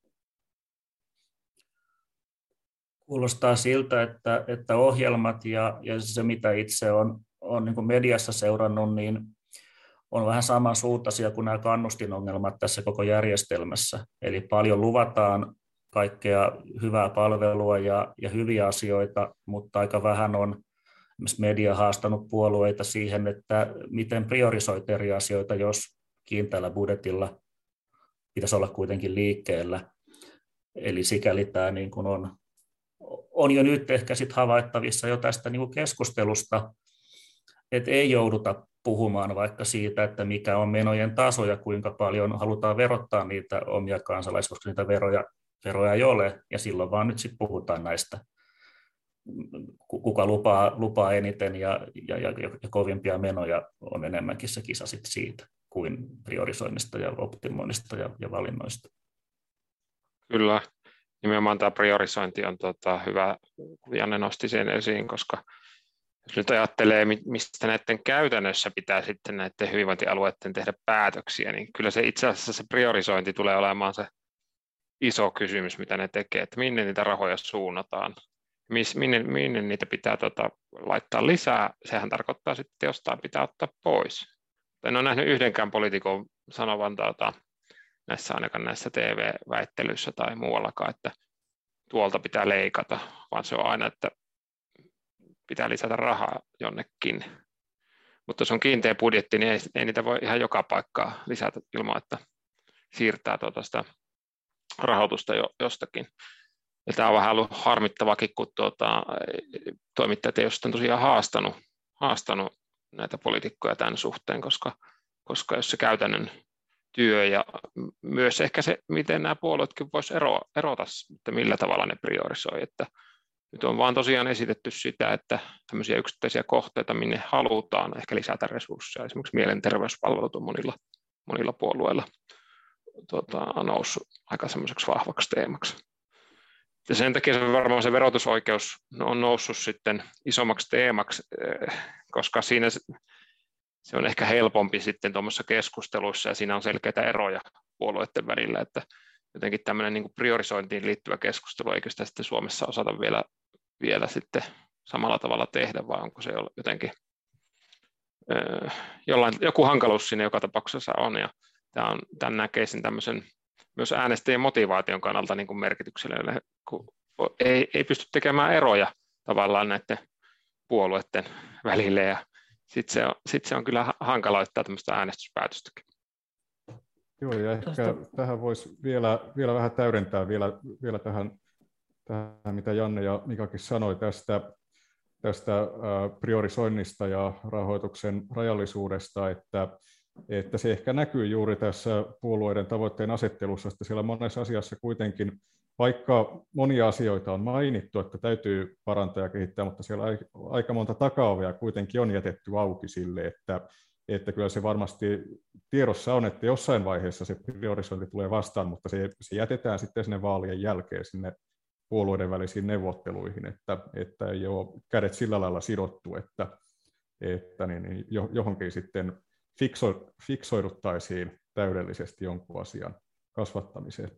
Kuulostaa siltä, että, että ohjelmat ja, ja se, mitä itse on, on niin kuin mediassa seurannut, niin on vähän samansuuntaisia kuin nämä kannustinongelmat tässä koko järjestelmässä. Eli paljon luvataan kaikkea hyvää palvelua ja, ja hyviä asioita, mutta aika vähän on media haastanut puolueita siihen, että miten priorisoit eri asioita, jos kiinteällä budjetilla pitäisi olla kuitenkin liikkeellä. Eli sikäli tämä niin kuin on, on jo nyt ehkä sit havaittavissa jo tästä niin kuin keskustelusta, että ei jouduta puhumaan vaikka siitä, että mikä on menojen taso ja kuinka paljon halutaan verottaa niitä omia kansalaisia, koska niitä veroja, veroja ei ole, ja silloin vaan nyt sitten puhutaan näistä, kuka lupaa, lupaa eniten ja, ja, ja, ja kovimpia menoja on enemmänkin se kisa sit siitä kuin priorisoinnista ja optimoinnista ja, ja valinnoista. Kyllä, nimenomaan tämä priorisointi on tota, hyvä, kun Janne nosti sen esiin, koska jos nyt ajattelee, mistä näiden käytännössä pitää sitten näiden hyvinvointialueiden tehdä päätöksiä, niin kyllä se itse asiassa se priorisointi tulee olemaan se iso kysymys, mitä ne tekee, että minne niitä rahoja suunnataan, minne, minne niitä pitää tota, laittaa lisää, sehän tarkoittaa sitten, että jostain pitää ottaa pois. En ole nähnyt yhdenkään poliitikon sanovan tota, näissä ainakaan näissä T V-väittelyissä tai muuallakaan, että tuolta pitää leikata, vaan se on aina, että pitää lisätä rahaa jonnekin. Mutta jos on kiinteä budjetti, niin ei, ei niitä voi ihan joka paikkaa lisätä ilman, että siirtää tuota sitä rahoitusta jo, jostakin. Ja tämä on vähän ollut harmittavakin, kun tuota, toimittajat ei ole sitten tosiaan haastanut, haastanut näitä poliitikkoja tämän suhteen, koska, koska jos se käytännön työ ja myös ehkä se, miten nämä puolueetkin voisivat ero, erota, että millä tavalla ne priorisoi. Että nyt on vaan tosiaan esitetty sitä, että tämmöisiä yksittäisiä kohteita, minne halutaan ehkä lisätä resursseja. Esimerkiksi mielenterveyspalvelut on monilla, monilla puolueilla tuota, noussut aika semmoiseksi vahvaksi teemaksi. Ja sen takia se varmaan se verotusoikeus on noussut sitten isommaksi teemaksi, koska siinä se on ehkä helpompi sitten tuommoisissa keskusteluissa ja siinä on selkeitä eroja puolueiden välillä, että jotenkin tämmöinen niin kuin priorisointiin liittyvä keskustelu, eikö sitä sitten Suomessa osata vielä, vielä sitten samalla tavalla tehdä, vai onko se jotenkin jollain, joku hankaluus siinä joka tapauksessa on, ja tämä on, tämän näkeisin tämmöisen myös äänestäjien motivaation kannalta niin kuin merkityksellinen, kun ei, ei pysty tekemään eroja tavallaan näiden puolueiden välille, ja sitten se, sit se on kyllä hankaloittaa tämmöistä äänestyspäätöstäkin. Joo, ja ehkä tähän voisi vielä, vielä vähän täydentää vielä, vielä tähän, tähän, mitä Janne ja Mikakin sanoi tästä, tästä priorisoinnista ja rahoituksen rajallisuudesta, että, että se ehkä näkyy juuri tässä puolueiden tavoitteen asettelussa, että siellä monessa asiassa kuitenkin, vaikka monia asioita on mainittu, että täytyy parantaa ja kehittää, mutta siellä aika monta takaovea kuitenkin on jätetty auki sille, että että kyllä se varmasti tiedossa on, että jossain vaiheessa se priorisointi tulee vastaan, mutta se, se jätetään sitten sinne vaalien jälkeen sinne puolueiden välisiin neuvotteluihin, että, että ei ole kädet sillä lailla sidottu, että, että niin, johonkin sitten fikso, fiksoiduttaisiin täydellisesti jonkun asian kasvattamiseen.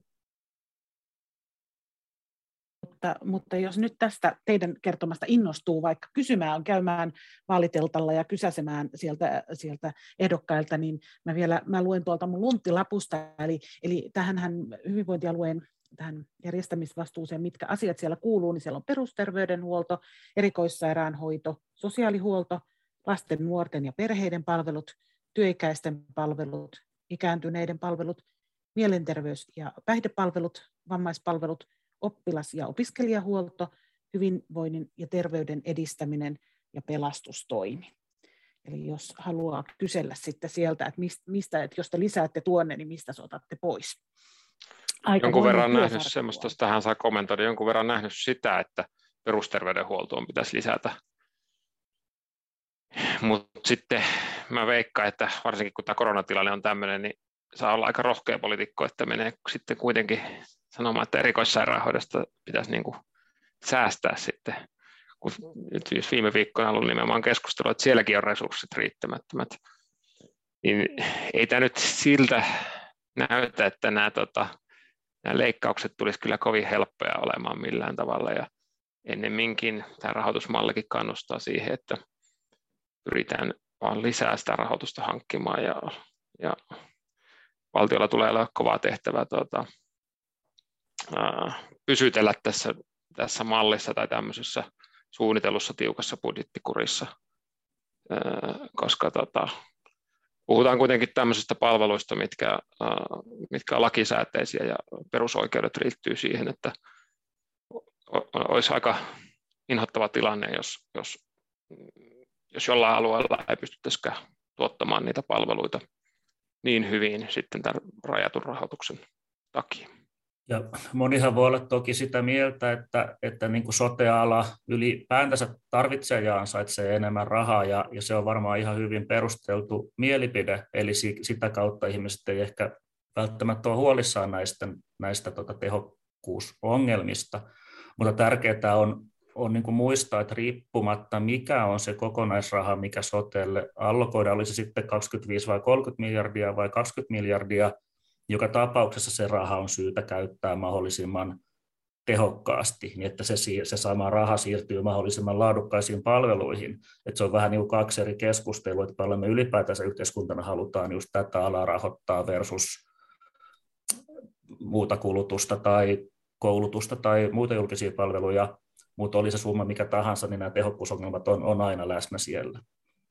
Mutta, mutta jos nyt tästä teidän kertomasta innostuu vaikka kysymään, käymään vaaliteltalla ja kysäsemään sieltä, sieltä ehdokkailta, niin mä vielä mä luen tuolta mun lunttilapusta, eli, eli tähänhän hyvinvointialueen tähän järjestämisvastuuseen, mitkä asiat siellä kuuluu, niin siellä on perusterveydenhuolto, erikoissairaanhoito, sosiaalihuolto, lasten, nuorten ja perheiden palvelut, työikäisten palvelut, ikääntyneiden palvelut, mielenterveys- ja päihdepalvelut, vammaispalvelut, oppilas- ja opiskelijahuolto, hyvinvoinnin ja terveyden edistäminen ja pelastustoimi. Eli jos haluaa kysellä sitten sieltä, että mistä, että jos te lisäätte tuonne, niin mistä se otatte pois? Aika jonkun verran nähnyt semmoista, jos tähän saa kommentoida, jonkun verran nähnyt sitä, että perusterveydenhuoltoon pitäisi lisätä. Mutta sitten mä veikkaan, että varsinkin kun tämä koronatilanne on tämmöinen, niin saa olla aika rohkea poliitikko, että menee sitten kuitenkin sanomaan, että erikoissairaanhoidosta pitäisi niin kuin säästää sitten. Kun nyt viime viikkoina on ollut nimenomaan keskustelua, että sielläkin on resurssit riittämättömät. Niin ei tämä nyt siltä näytä, että nämä, tota, nämä leikkaukset tulisi kyllä kovin helppoja olemaan millään tavalla. Ja ennemminkin tämä rahoitusmallikin kannustaa siihen, että pyritään vaan lisää sitä rahoitusta hankkimaan. Ja, ja valtiolla tulee olla kovaa tehtävää tuota, ää, pysytellä tässä, tässä mallissa tai tämmöisessä suunnitellussa tiukassa budjettikurissa, ää, koska tota, puhutaan kuitenkin tämmöisistä palveluista, mitkä, ää, mitkä on lakisääteisiä ja perusoikeudet liittyy siihen, että olisi aika inhottava tilanne, jos, jos, jos jollain alueella ei pystyttäisikään tuottamaan niitä palveluita niin hyvin sitten tämän rajatun rahoituksen takia. Ja monihan voi olla toki sitä mieltä, että, että niin kuin sote-ala ylipäätänsä tarvitsee ja ansaitsee enemmän rahaa, ja, ja se on varmaan ihan hyvin perusteltu mielipide, eli sitä kautta ihmiset ei ehkä välttämättä ole huolissaan näistä, näistä tota, tehokkuusongelmista, mutta tärkeää on, on niin kuin muistaa, että riippumatta mikä on se kokonaisraha, mikä sotelle allokoidaan, oli se sitten kaksikymmentäviisi vai kolmekymmentä miljardia vai kaksikymmentä miljardia, joka tapauksessa se raha on syytä käyttää mahdollisimman tehokkaasti, niin että se, se sama raha siirtyy mahdollisimman laadukkaisiin palveluihin. Että se on vähän niin kuin kaksi eri keskustelua, että paljon me ylipäätänsä yhteiskuntana halutaan just tätä alaa rahoittaa versus muuta kulutusta tai koulutusta tai muita julkisia palveluja, mutta oli se summa mikä tahansa, niin nämä tehokkuusongelmat on, on aina läsnä siellä.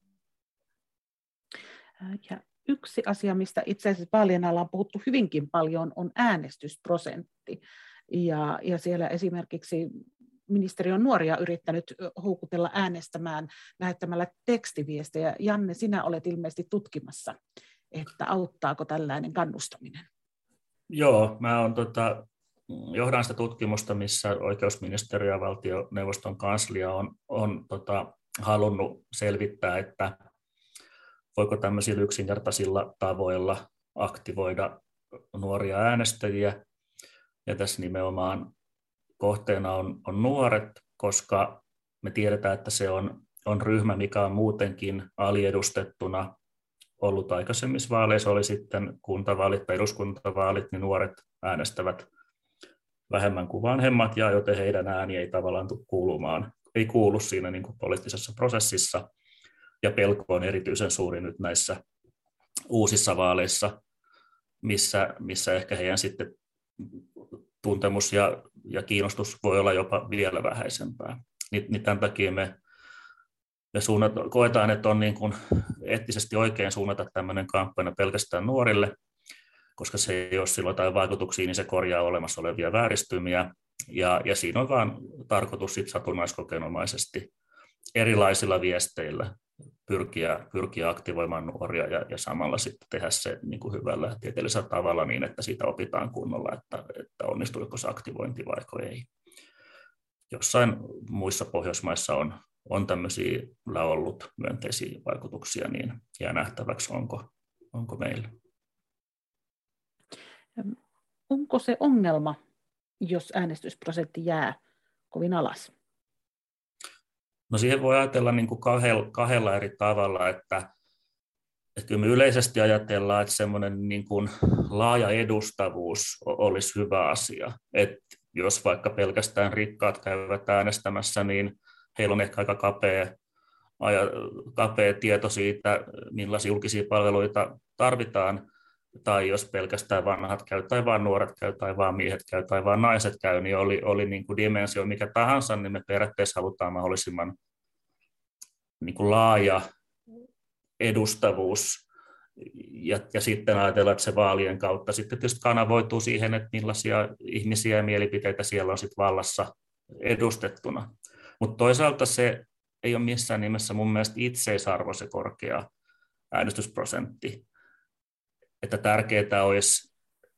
Ja yksi asia, mistä itse asiassa vaalien alla on puhuttu hyvinkin paljon, on äänestysprosentti. Ja, ja siellä esimerkiksi ministeri on nuoria yrittänyt houkutella äänestämään lähettämällä tekstiviestejä. Janne, sinä olet ilmeisesti tutkimassa, että auttaako tällainen kannustaminen? Joo, mä on, tota, johdan sitä tutkimusta, missä oikeusministeriö ja valtioneuvoston kanslia on, on tota, halunnut selvittää, että voiko tämmöisillä yksinkertaisilla tavoilla aktivoida nuoria äänestäjiä. Ja tässä nimenomaan kohteena on, on nuoret, koska me tiedetään, että se on, on ryhmä, mikä on muutenkin aliedustettuna ollut aikaisemmissa vaaleissa, oli sitten kuntavaalit tai eduskuntavaalit, niin nuoret äänestävät vähemmän kuin vanhemmat, ja joten heidän ääni ei tavallaan tule kuulumaan, ei kuulu siinä niin kuin poliittisessa prosessissa, ja pelko on erityisen suuri nyt näissä uusissa vaaleissa, missä, missä ehkä heidän sitten tuntemus ja, ja kiinnostus voi olla jopa vielä vähäisempää. Niin, niin tämän takia me, me suunnat, koetaan, että on niin kuin eettisesti oikein suunnata tämmöinen kampanja pelkästään nuorille, koska se ei ole silloin jotain vaikutuksia, niin se korjaa olemassa olevia vääristymiä. Ja, ja siinä on vaan tarkoitus sit satunnaiskokeenomaisesti erilaisilla viesteillä pyrkiä, pyrkiä aktivoimaan nuoria ja, ja samalla sitten tehdä se niin kuin hyvällä tieteellisellä tavalla niin, että siitä opitaan kunnolla, että, että onnistuiko se aktivointi vai ei. Jossain muissa Pohjoismaissa on, on tämmöisiä ollut myönteisiä vaikutuksia, niin jää nähtäväksi, onko, onko meillä. Onko se ongelma, jos äänestysprosentti jää kovin alas? No siihen voi ajatella niin kuin kahdella, kahdella eri tavalla, että, että kyllä me yleisesti ajatellaan, että semmoinen niin kuin laaja edustavuus olisi hyvä asia. Että jos vaikka pelkästään rikkaat käyvät äänestämässä, niin heillä on ehkä aika kapea, kapea tieto siitä, millaisia julkisia palveluita tarvitaan. Tai jos pelkästään vanhat käy, tai vaan nuoret käy, tai vaan miehet käy, tai vaan naiset käy, niin oli, oli niin kuin dimensio mikä tahansa, niin me periaatteessa halutaan mahdollisimman niin kuin laaja edustavuus, ja, ja sitten ajatellaan, että se vaalien kautta sitten tietysti kanavoituu siihen, että millaisia ihmisiä ja mielipiteitä siellä on sitten vallassa edustettuna. Mutta toisaalta se ei ole missään nimessä mun mielestä itseisarvo se korkea äänestysprosentti. Että tärkeää olisi,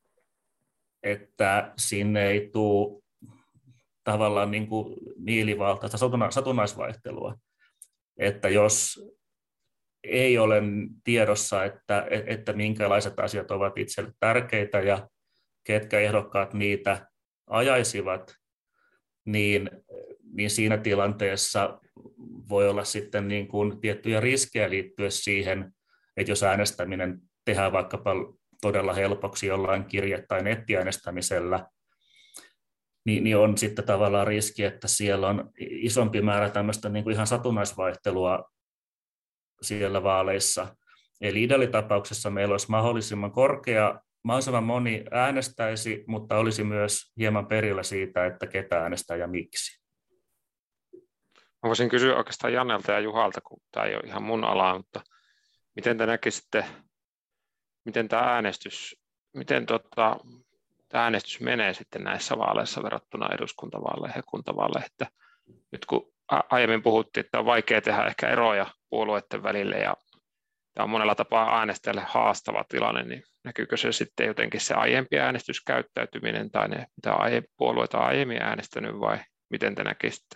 että sinne ei tule tavallaan niin kuin mielivaltaista satunnaisvaihtelua. Että jos ei ole tiedossa, että, että minkälaiset asiat ovat itselle tärkeitä ja ketkä ehdokkaat niitä ajaisivat, niin, niin siinä tilanteessa voi olla sitten niin kuin tiettyjä riskejä liittyen siihen, että jos äänestäminen tehdään vaikkapa todella helpoksi jollain kirje- tai nettiäänestämisellä, niin, niin on sitten tavallaan riski, että siellä on isompi määrä tämmöistä niin kuin ihan satunnaisvaihtelua siellä vaaleissa. Eli ideaalitapauksessa meillä olisi mahdollisimman korkea, mahdollisimman moni äänestäisi, mutta olisi myös hieman perillä siitä, että ketä äänestää ja miksi. Mä voisin kysyä oikeastaan Jannelta ja Juhalta, kun tämä ei ole ihan mun ala, mutta miten te näkisitte, miten tämä äänestys, miten tota, tämä äänestys menee sitten näissä vaaleissa verrattuna eduskuntavaaleihin ja kuntavaaleihin, että nyt kun aiemmin puhuttiin, että on vaikea tehdä ehkä eroja puolueiden välille ja tämä on monella tapaa äänestäjälle haastava tilanne, niin näkyykö se sitten jotenkin se aiempi äänestyskäyttäytyminen tai ne, mitä puolueita on aiemmin äänestänyt vai miten te näkisitte?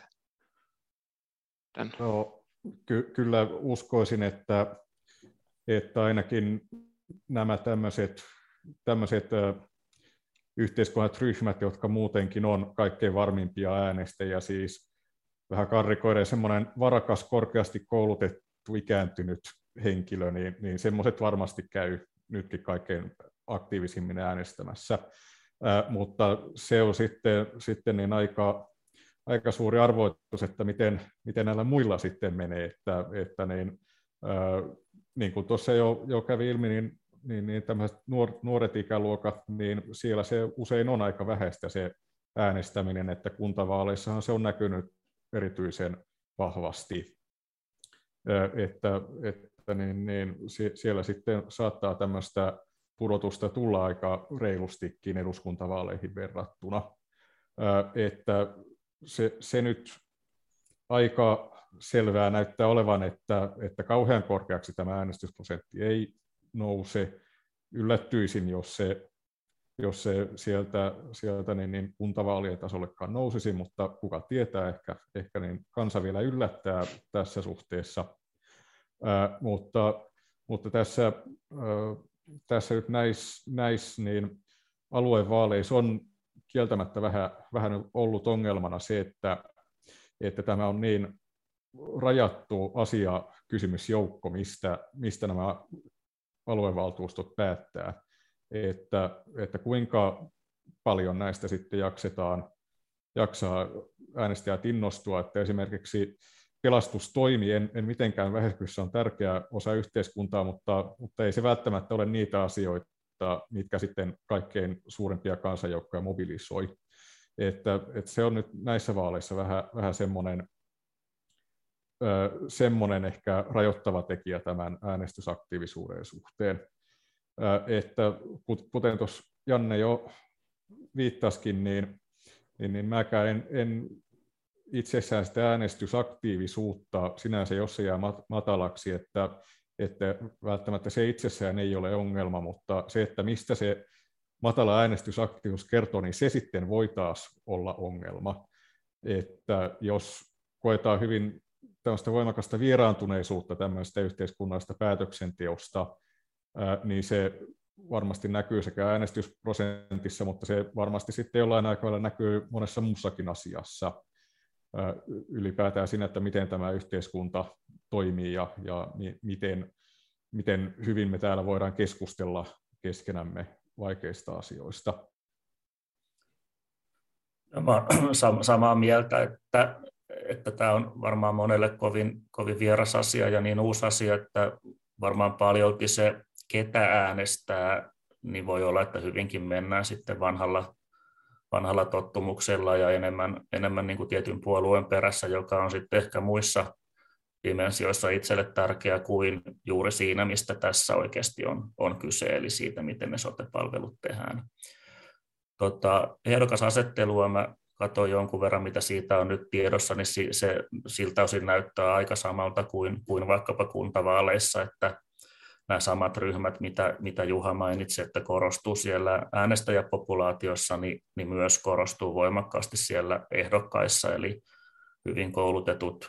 No, ky- kyllä uskoisin, että, että ainakin nämä tämmöiset, tämmöiset yhteiskunnat ryhmät, jotka muutenkin on kaikkein varmimpia äänestäjiä, siis vähän karrikoiden semmoinen varakas, korkeasti koulutettu, ikääntynyt henkilö, niin, niin semmoiset varmasti käy nytkin kaikkein aktiivisimmin äänestämässä. Ää, mutta se on sitten, sitten niin aika, aika suuri arvoitus, että miten, miten näillä muilla sitten menee, että, että niin, ää, niin kuin tuossa jo, jo kävi ilmi, niin, niin, niin tämmöiset nuor, nuoret ikäluokat, niin siellä se usein on aika vähäistä se äänestäminen, että kuntavaaleissahan se on näkynyt erityisen vahvasti, että, että niin, niin, siellä sitten saattaa tämmöistä pudotusta tulla aika reilustikin eduskuntavaaleihin verrattuna. Että se, se nyt aika selvää näyttää olevan, että, että kauhean korkeaksi tämä äänestysprosentti ei nouse. Yllättyisin, jos se, jos se sieltä, sieltä niin, niin kuntavaalien tasollekaan nousisi, mutta kuka tietää, ehkä, ehkä niin kansa vielä yllättää tässä suhteessa. Ää, mutta, mutta tässä, ää, tässä nyt näissä näis, niin aluevaaleissa on kieltämättä vähän, vähän ollut ongelmana se, että, että tämä on niin rajattu asia, kysymysjoukko, mistä, mistä nämä aluevaltuustot päättää, että, että kuinka paljon näistä sitten jaksetaan, jaksaa äänestäjät innostua, että esimerkiksi pelastustoimi, en, en mitenkään väheksyä, se on tärkeä osa yhteiskuntaa, mutta, mutta ei se välttämättä ole niitä asioita, mitkä sitten kaikkein suurimpia kansanjoukkoja mobilisoi. Että, että se on nyt näissä vaaleissa vähän, vähän semmoinen, semmoinen ehkä rajoittava tekijä tämän äänestysaktiivisuuden suhteen. Että kuten tuossa Janne jo viittasikin, niin, niin, niin mäkään en, en itsessään sitä äänestysaktiivisuutta sinänsä, jos se jää matalaksi, että, että välttämättä se itsessään ei ole ongelma, mutta se, että mistä se matala äänestysaktiivisuus kertoo, niin se sitten voi taas olla ongelma. Että jos koetaan hyvin tällaista voimakasta vieraantuneisuutta tämmöistä yhteiskunnallisesta päätöksenteosta, niin se varmasti näkyy sekä äänestysprosentissa, mutta se varmasti sitten jollain aikaa näkyy monessa muussakin asiassa. Ylipäätään siinä, että miten tämä yhteiskunta toimii ja, ja miten, miten hyvin me täällä voidaan keskustella keskenämme vaikeista asioista. Mä olen samaa mieltä, että, että tämä on varmaan monelle kovin, kovin vieras asia ja niin uusi asia, että varmaan paljolti se, ketä äänestää, niin voi olla, että hyvinkin mennään sitten vanhalla, vanhalla tottumuksella ja enemmän, enemmän niin kuin tietyn puolueen perässä, joka on sitten ehkä muissa dimensioissa itselle tärkeä kuin juuri siinä, mistä tässä oikeasti on, on kyse, eli siitä, miten ne sote-palvelut tehdään. Tota, ehdokasasettelua mä katsoin jonkun verran, mitä siitä on nyt tiedossa, niin se siltä osin näyttää aika samalta kuin, kuin vaikkapa kuntavaaleissa, että nämä samat ryhmät, mitä, mitä Juha mainitsi, että korostuu siellä äänestäjäpopulaatiossa, niin, niin myös korostuu voimakkaasti siellä ehdokkaissa, eli hyvin koulutetut,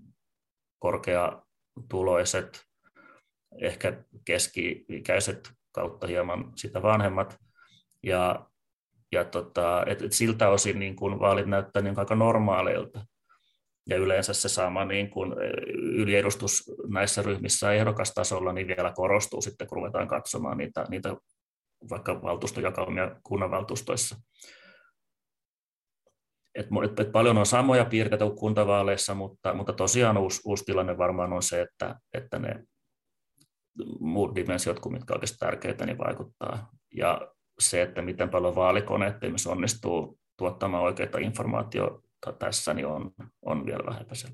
korkeatuloiset, ehkä keski-ikäiset kautta hieman sitä vanhemmat. Ja, ja tota, et, et siltä osin niin kun vaalit näyttää niin aika normaaleilta. Ja yleensä se sama niin kun yliedustus näissä ryhmissä ehdokastasolla niin vielä korostuu sitten, kun ruvetaan katsomaan niitä, niitä vaikka valtuustojakaumia kunnanvaltuustoissa. Et, et, et paljon on samoja piirteitä kuin kuntavaaleissa, mutta, mutta tosiaan uusi, uusi tilanne varmaan on se, että, että ne muut dimensiot, kuin mitkä oikeasti tärkeitä, niin vaikuttaa. Ja se, että miten paljon vaalikoneet esimerkiksi onnistuu tuottamaan oikeaa informaatiota tässä, niin on, on vielä vähän epäselvä.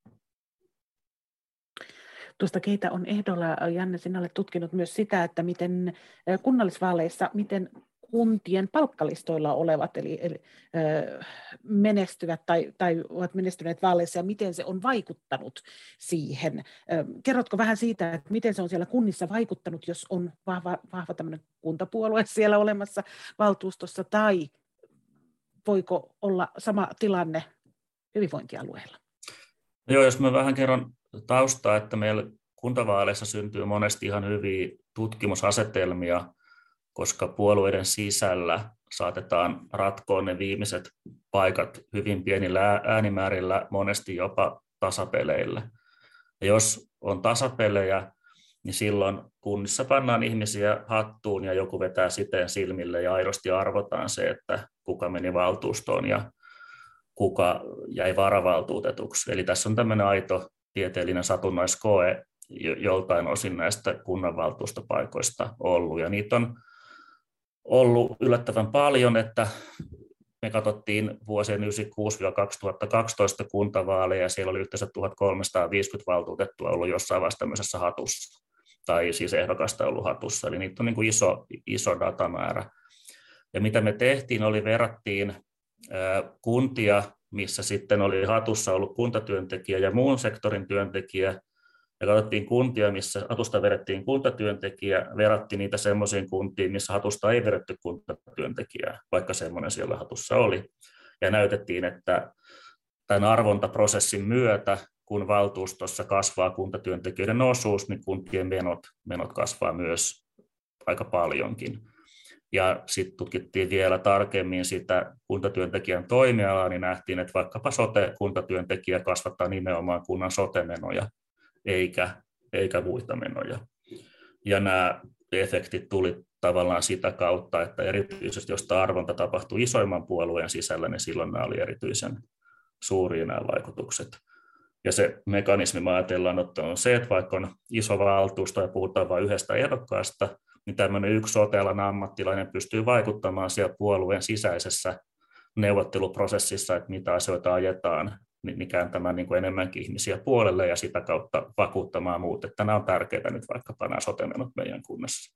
Tuosta keitä on ehdolla, Janne, sinä olet tutkinut myös sitä, että miten kunnallisvaaleissa, miten kuntien palkkalistoilla olevat, eli, eli menestyvät tai, tai ovat menestyneet vaaleissa ja miten se on vaikuttanut siihen. Kerrotko vähän siitä, että miten se on siellä kunnissa vaikuttanut, jos on vahva, vahva tämmöinen kuntapuolue siellä olemassa valtuustossa, tai voiko olla sama tilanne hyvinvointialueella? Joo, jos mä vähän kerron taustaa, että meillä kuntavaaleissa syntyy monesti ihan hyviä tutkimusasetelmia, koska puolueiden sisällä saatetaan ratkoa ne viimeiset paikat hyvin pienillä äänimäärillä, monesti jopa tasapeleillä. Ja jos on tasapelejä, niin silloin kunnissa pannaan ihmisiä hattuun ja joku vetää siteen silmille ja aidosti arvotaan se, että kuka meni valtuustoon ja kuka jäi varavaltuutetuksi. Eli tässä on tämmöinen aito tieteellinen satunnaiskoe joltain osin näistä kunnanvaltuustopaikoista ollut. Ja niitä on ollut yllättävän paljon, että me katsottiin vuosien yhdeksänkymmentäkuusi kaksituhattakaksitoista kuntavaaleja, ja siellä oli yhteensä tuhatkolmesataaviisikymmentä valtuutettua ollut jossain vaiheessa tämmöisessä hatussa, tai siis ehdokasta ollut hatussa, eli niitä on niin kuin iso, iso datamäärä. Ja mitä me tehtiin, oli verrattiin kuntia missä sitten oli hatussa ollut kuntatyöntekijä ja muun sektorin työntekijä, ja katsottiin kuntia, missä hatusta vedettiin kuntatyöntekijä, verrattiin niitä semmoisiin kuntiin, missä hatusta ei vedetty kuntatyöntekijää, vaikka semmoinen siellä hatussa oli. Ja näytettiin, että tämän arvontaprosessin myötä, kun valtuustossa kasvaa kuntatyöntekijöiden osuus, niin kuntien menot, menot kasvaa myös aika paljonkin. Ja sitten tutkittiin vielä tarkemmin sitä kuntatyöntekijän toimialaa, niin nähtiin, että vaikkapa sote-kuntatyöntekijä kasvattaa nimenomaan kunnan sote-menoja, eikä, eikä muita menoja. Ja nämä efektit tuli tavallaan sitä kautta, että erityisesti jos tämä arvonta tapahtui isoimman puolueen sisällä, niin silloin nämä oli erityisen suuria nämä vaikutukset. Ja se mekanismi, mä ajatellaan, että on se, että vaikka on iso valtuusto ja puhutaan vain yhdestä ehdokkaasta, niin tämmöinen yksi sote-alan ammattilainen pystyy vaikuttamaan siellä puolueen sisäisessä neuvotteluprosessissa, että mitä asioita ajetaan, niin kääntämään niin kuin enemmänkin ihmisiä puolelle ja sitä kautta vakuuttamaan muut, että nämä on tärkeitä nyt vaikkapa nämä sote-menot meidän kunnassa.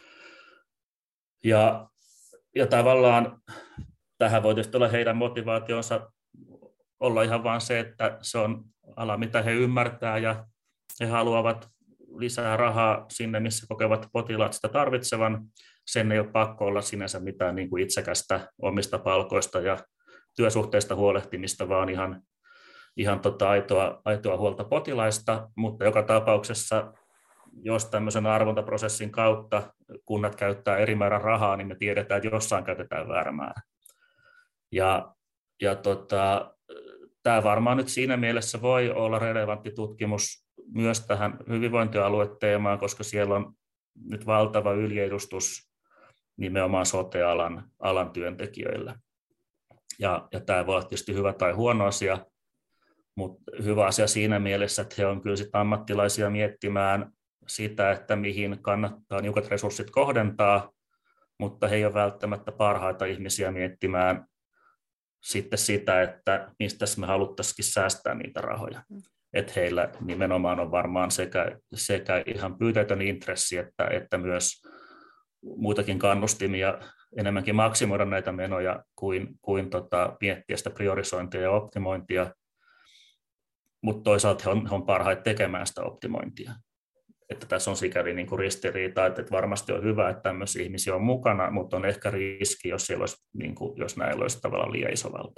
Ja, ja tavallaan tähän voi tietysti olla heidän motivaationsa olla ihan vain se, että se on ala, mitä he ymmärtää ja he haluavat lisää rahaa sinne, missä kokevat potilaat sitä tarvitsevan. Sen ei ole pakko olla sinänsä mitään niin kuin itsekästä omista palkoista ja työsuhteista huolehtimista, vaan ihan, ihan tota aitoa, aitoa huolta potilaista, mutta joka tapauksessa, jos tämmöisen arvontaprosessin kautta kunnat käyttää eri määrän rahaa, niin me tiedetään, että jossain käytetään väärä määrä. Ja, ja tota, tämä varmaan nyt siinä mielessä voi olla relevantti tutkimus myös tähän hyvinvointialueteemaan, koska siellä on nyt valtava yliedustus nimenomaan sote-alan alan työntekijöillä. Ja, ja tämä voi olla tietysti hyvä tai huono asia, mutta hyvä asia siinä mielessä, että he on kyllä sit ammattilaisia miettimään sitä, että mihin kannattaa niukat resurssit kohdentaa, mutta he ei ole välttämättä parhaita ihmisiä miettimään sitten sitä, että mistä me haluttaisiin säästää niitä rahoja. Mm. Että heillä nimenomaan on varmaan sekä, sekä ihan pyyteetön intressi, että, että myös muitakin kannustimia enemmänkin maksimoida näitä menoja kuin, kuin tota, miettiä sitä priorisointia ja optimointia, mutta toisaalta he on, he on parhaita tekemään sitä optimointia. Että tässä on sikäli niin kuin ristiriita, että varmasti on hyvä, että tämmöisiä ihmisiä on mukana, mutta on ehkä riski, jos, olisi, niin kuin, jos näillä olisi tavallaan liian iso valta.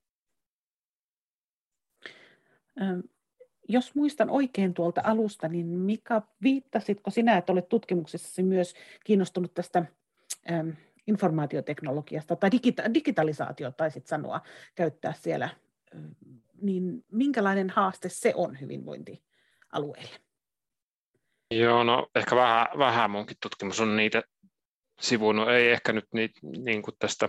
Jos muistan oikein tuolta alusta, niin Mika, viittasitko sinä, että olet tutkimuksessasi myös kiinnostunut tästä äm, informaatioteknologiasta tai digita- digitalisaatio, taisit sanoa, käyttää siellä, niin minkälainen haaste se on hyvinvointialueille? Joo, no ehkä vähän, vähän munkin tutkimus on niitä sivunut, ei ehkä nyt niitä, niin kuin tästä,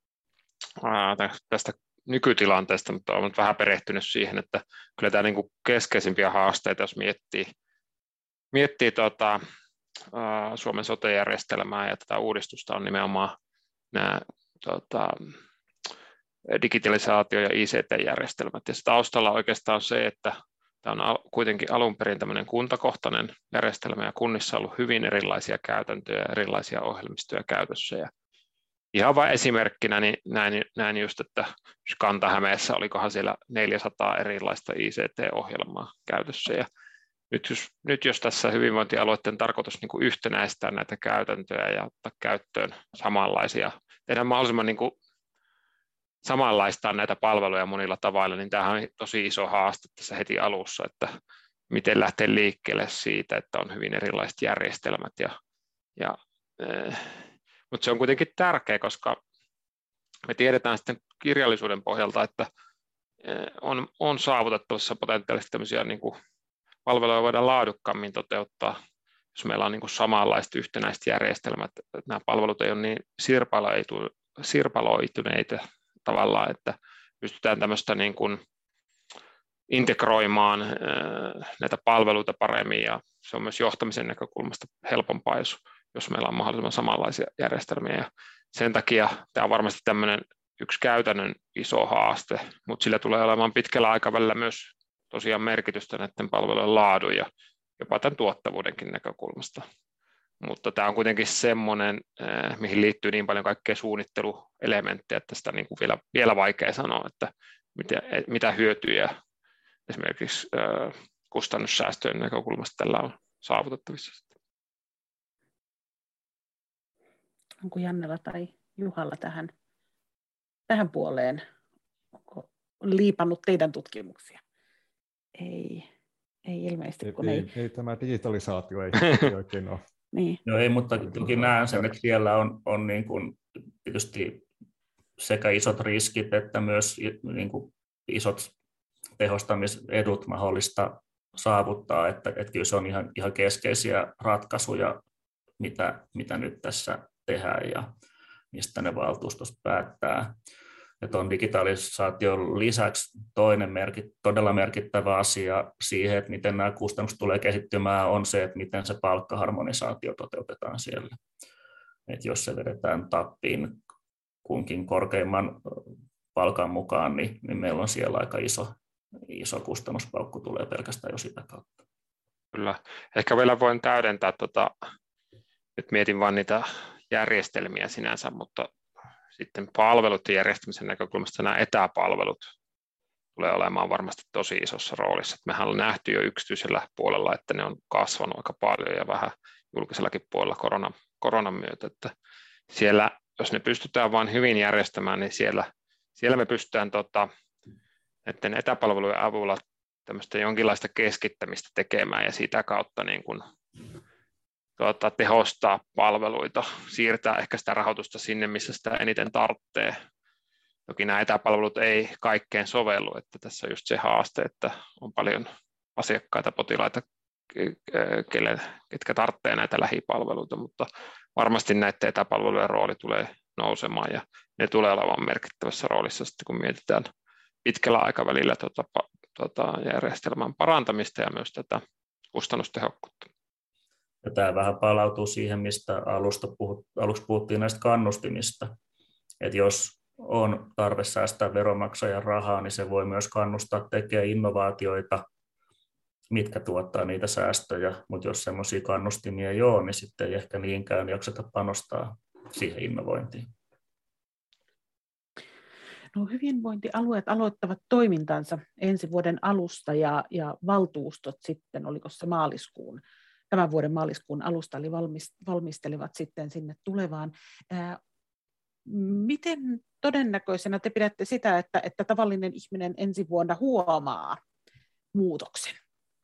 ää, tästä nykytilanteesta, mutta olen vähän perehtynyt siihen, että kyllä tämä niin kuin keskeisimpiä haasteita, jos miettii, miettii tuota, ää, Suomen sote-järjestelmää ja tätä uudistusta, on nimenomaan nämä tuota, digitalisaatio- ja I C T-järjestelmät. Ja se taustalla oikeastaan on se, että tämä on kuitenkin alun perin tämmöinen kuntakohtainen järjestelmä, ja kunnissa on ollut hyvin erilaisia käytäntöjä ja erilaisia ohjelmistoja käytössä. Ja ihan vain esimerkkinä niin näin, näin just, että Kanta-Hämeessä olikohan siellä neljäsataa erilaista I C T-ohjelmaa käytössä. Ja nyt jos, nyt jos tässä hyvinvointialueiden tarkoitus niin kuin yhtenäistää näitä käytäntöjä ja ottaa käyttöön samanlaisia, tehdä mahdollisimman niin kuin samanlaistaa näitä palveluja monilla tavalla, niin tämähän on tosi iso haaste tässä heti alussa, että miten lähteä liikkeelle siitä, että on hyvin erilaiset järjestelmät. Ja, ja, eh, mutta se on kuitenkin tärkeä, koska me tiedetään sitten kirjallisuuden pohjalta, että eh, on, on saavutettavissa potentiaalisesti tämmöisiä niin kuin palveluja voidaan laadukkaammin toteuttaa, jos meillä on niin kuin samanlaiset yhtenäiset järjestelmät, että nämä palvelut ei ole niin sirpaloituneita tavallaan, että pystytään tämmöistä niin kuin integroimaan näitä palveluita paremmin, ja se on myös johtamisen näkökulmasta helpompaa, jos, jos meillä on mahdollisimman samanlaisia järjestelmiä. Ja sen takia tämä on varmasti tämmöinen yksi käytännön iso haaste, mutta sillä tulee olemaan pitkällä aikavälillä myös tosiaan merkitystä näiden palvelujen laadun ja jopa tämän tuottavuudenkin näkökulmasta. Mutta tämä on kuitenkin semmoinen, mihin liittyy niin paljon kaikkea suunnitteluelementtejä, että sitä on niin kuin vielä, vielä vaikea sanoa, että mitä, mitä hyötyjä esimerkiksi kustannussäästöjen näkökulmasta tällä on saavutettavissa. Onko Jannella tai Juhalla tähän, tähän puoleen, onko liipannut teidän tutkimuksia? Ei, ei ilmeisesti. Kun ei, ei, ei, ei tämä digitalisaatio ei, ei oikein ole. Niin. No ei, mutta toki näen sen, että siellä on, on niin kuin tietysti sekä isot riskit että myös niin kuin isot tehostamisedut mahdollista saavuttaa, että, että kyllä se on ihan, ihan keskeisiä ratkaisuja, mitä, mitä nyt tässä tehdään ja mistä ne valtuustot päättää. Ja tuon digitalisaation lisäksi toinen merkit, todella merkittävä asia siihen, että miten nämä kustannukset tulee kehittymään, on se, että miten se palkkaharmonisaatio toteutetaan siellä. Et jos se vedetään tappiin kunkin korkeimman palkan mukaan, niin, niin meillä on siellä aika iso, iso kustannuspaukku tulee pelkästään jo sitä kautta. Kyllä. Ehkä vielä voin täydentää, tota, nyt mietin vain niitä järjestelmiä sinänsä, mutta sitten palveluiden järjestämisen näkökulmasta nämä etäpalvelut tulee olemaan varmasti tosi isossa roolissa. Mehän on nähty jo yksityisellä puolella, että ne on kasvanut aika paljon ja vähän julkisellakin puolella koronan, koronan myötä. Että siellä, jos ne pystytään vain hyvin järjestämään, niin siellä, siellä me pystytään tota, näiden etäpalvelujen avulla tämmöistä jonkinlaista keskittämistä tekemään ja sitä kautta niin kuin Tuota, tehostaa palveluita, siirtää ehkä sitä rahoitusta sinne, missä sitä eniten tarvitsee. Toki nämä etäpalvelut ei kaikkeen sovellu, että tässä on just se haaste, että on paljon asiakkaita, potilaita, ketkä tarvitsee näitä lähipalveluita, mutta varmasti näiden etäpalvelujen rooli tulee nousemaan ja ne tulee olemaan merkittävässä roolissa sitten, kun mietitään pitkällä aikavälillä tuota, tuota järjestelmän parantamista ja myös tätä kustannustehokkuutta. Ja tämä vähän palautuu siihen, mistä alusta puhut, aluksi puhuttiin näistä kannustimista. Että jos on tarve säästää veronmaksajan rahaa, niin se voi myös kannustaa tekemään innovaatioita, mitkä tuottaa niitä säästöjä. Mutta jos semmoisia kannustimia ei ole, niin sitten ei ehkä niinkään jakseta panostaa siihen innovointiin. No, hyvinvointialueet aloittavat toimintansa ensi vuoden alusta ja, ja valtuustot sitten, oliko se maaliskuun, tämän vuoden maaliskuun alusta, eli valmistelevat sitten sinne tulevaan. Ää, miten todennäköisenä te pidätte sitä, että, että tavallinen ihminen ensi vuonna huomaa muutoksen?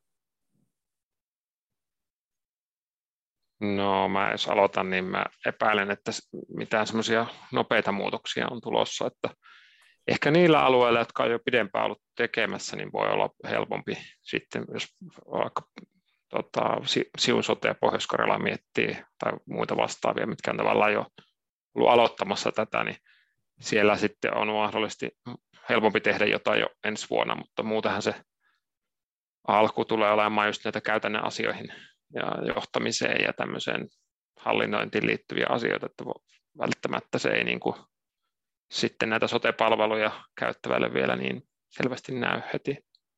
No, mä jos aloitan, niin mä epäilen, että mitään semmoisia nopeita muutoksia on tulossa, että ehkä niillä alueilla, jotka on jo pidempään ollut tekemässä, niin voi olla helpompi sitten, jos vaikka tota, Siun sote ja Pohjois-Karjala miettii tai muita vastaavia, mitkä on tavallaan jo ollut aloittamassa tätä, niin siellä sitten on mahdollisesti helpompi tehdä jotain jo ensi vuonna, mutta muutenhan se alku tulee olemaan just näitä käytännön asioihin ja johtamiseen ja tämmöiseen hallinnointiin liittyviä asioita, että välttämättä se ei niin kuin sitten näitä sote-palveluja käyttävälle vielä niin selvästi näy heti.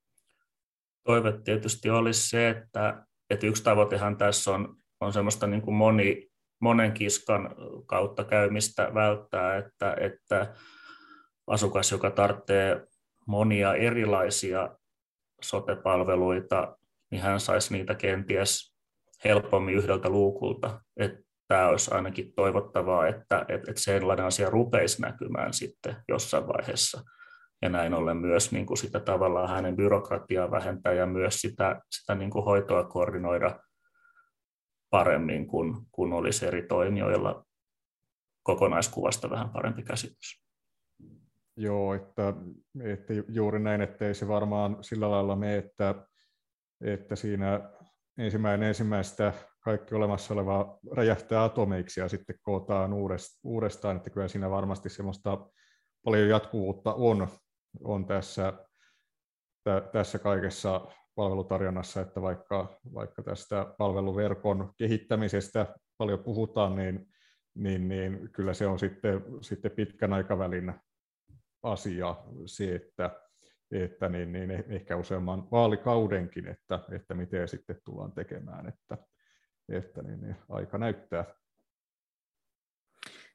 Toive tietysti olisi se, että, että yksi tavoitehan tässä on, on semmoista niin kuin moni, monen kiskan kautta käymistä välttää, että, että asukas, joka tarvitsee monia erilaisia sote-palveluita, niin hän saisi niitä kenties helpommin yhdeltä luukulta. Että tämä olisi ainakin toivottavaa, että, että, että sellainen asia rupeisi näkymään sitten jossain vaiheessa. Ja näin ollen myös niin kuin sitä tavallaan hänen byrokratiaa vähentää ja myös sitä, sitä niin kuin hoitoa koordinoida paremmin, kuin, kuin olisi eri toimijoilla kokonaiskuvasta vähän parempi käsitys. Joo, että, että juuri näin, ettei se varmaan sillä lailla mene, että, että siinä ensimmäinen ensimmäistä kaikki olemassa olevaa räjähtää atomeiksi ja sitten kootaan uudestaan, että kyllä siinä varmasti semmoista paljon jatkuvuutta on, on tässä, t- tässä kaikessa palvelutarjonnassa, että vaikka, vaikka tästä palveluverkon kehittämisestä paljon puhutaan, niin, niin, niin kyllä se on sitten, sitten pitkän aikavälin asia se, että, että niin, niin ehkä useamman vaalikaudenkin, että, että miten sitten tullaan tekemään, että, että niin, niin aika näyttää.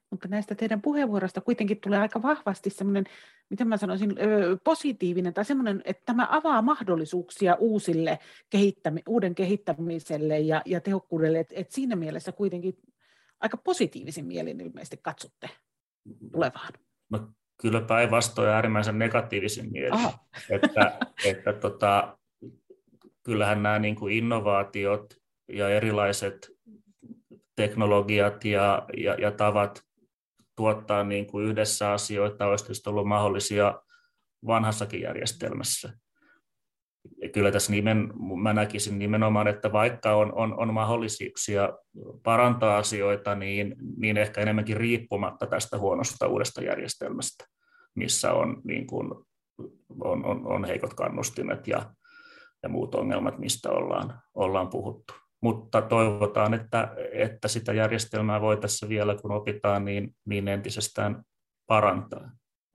Mutta näistä teidän puheenvuoroista kuitenkin tulee aika vahvasti semmoinen, miten mä sanoisin, positiivinen tai semmoinen, että tämä avaa mahdollisuuksia uusille kehittämi- uuden kehittämiselle ja, ja tehokkuudelle, että et siinä mielessä kuitenkin aika positiivisin mielin ilmeisesti katsotte tulevaan. No, kyllä päinvastoin äärimmäisen negatiivisin mielin, että, että tota, kyllähän nämä niin kuin innovaatiot ja erilaiset teknologiat ja, ja, ja tavat tuottaa niin kuin yhdessä asioita olisi tietysti ollut mahdollisia vanhassakin järjestelmässä. Ja kyllä tässä nimen, mä näkisin nimenomaan, että vaikka on, on, on mahdollisuuksia parantaa asioita, niin, niin ehkä enemmänkin riippumatta tästä huonosta uudesta järjestelmästä, missä on, niin kuin, on, on, on heikot kannustimet ja, ja muut ongelmat, mistä ollaan, ollaan puhuttu. Mutta toivotaan, että, että sitä järjestelmää voi tässä vielä, kun opitaan, niin, niin entisestään parantaa.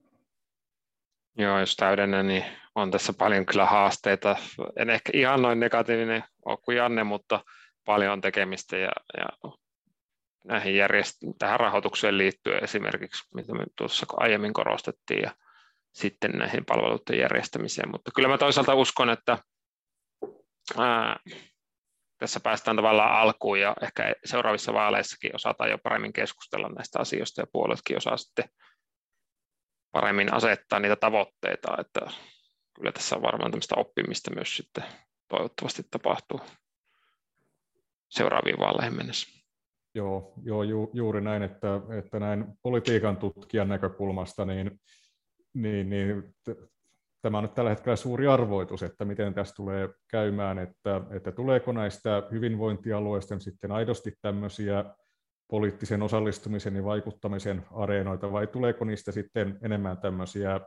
Joo, jos täydennä, niin on tässä paljon kyllä haasteita. En ehkä ihan noin negatiivinen ole kuin Janne, mutta paljon on tekemistä ja, ja näihin järjest- tähän rahoitukseen liittyen esimerkiksi, mitä me tuossa aiemmin korostettiin, ja sitten näihin palveluiden järjestämiseen. Mutta kyllä mä toisaalta uskon, että ää, tässä päästään tavallaan alkuun ja ehkä seuraavissa vaaleissakin osataan jo paremmin keskustella näistä asioista ja puoletkin osaa sitten paremmin asettaa niitä tavoitteita, että kyllä tässä on varmaan tämmöistä oppimista myös sitten toivottavasti tapahtuu seuraaviin vaaleihin mennessä. Joo, joo ju, juuri näin, että, että näin politiikan tutkijan näkökulmasta, niin, niin, niin tämä on nyt tällä hetkellä suuri arvoitus, että miten tässä tulee käymään, että, että tuleeko näistä hyvinvointialueista sitten aidosti tämmöisiä poliittisen osallistumisen ja vaikuttamisen areenoita, vai tuleeko niistä sitten enemmän tämmöisiä ää,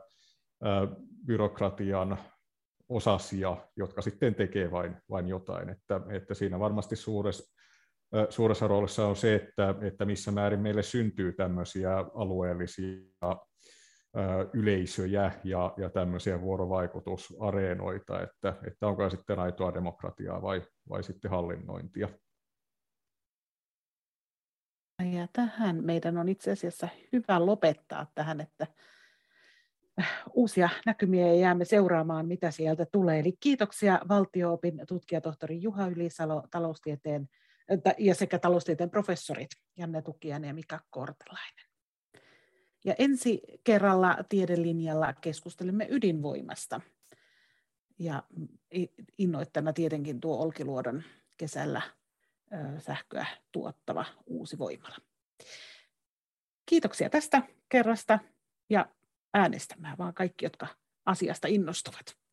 byrokratian osasia, jotka sitten tekee vain, vain jotain. Että, että siinä varmasti suuressa, ää, suuressa roolissa on se, että, että missä määrin meille syntyy tämmöisiä alueellisia ää, yleisöjä ja, ja tämmöisiä vuorovaikutusareenoita, että, että onko sitten aitoa demokratiaa vai, vai sitten hallinnointia. Ja tähän meidän on itse asiassa hyvä lopettaa tähän, että uusia näkymiä ja jäämme seuraamaan, mitä sieltä tulee. Eli kiitoksia valtio-opin tutkijatohtori Juha Ylisalo, taloustieteen ja sekä taloustieteen professorit Janne Tukiainen ja Mika Kortelainen. Ja ensi kerralla Tiedelinjalla keskustelemme ydinvoimasta. Ja innoittana tietenkin tuo Olkiluodon kesällä sähköä tuottava uusi voimala. Kiitoksia tästä kerrasta ja äänestämään vaan kaikki, jotka asiasta innostuvat.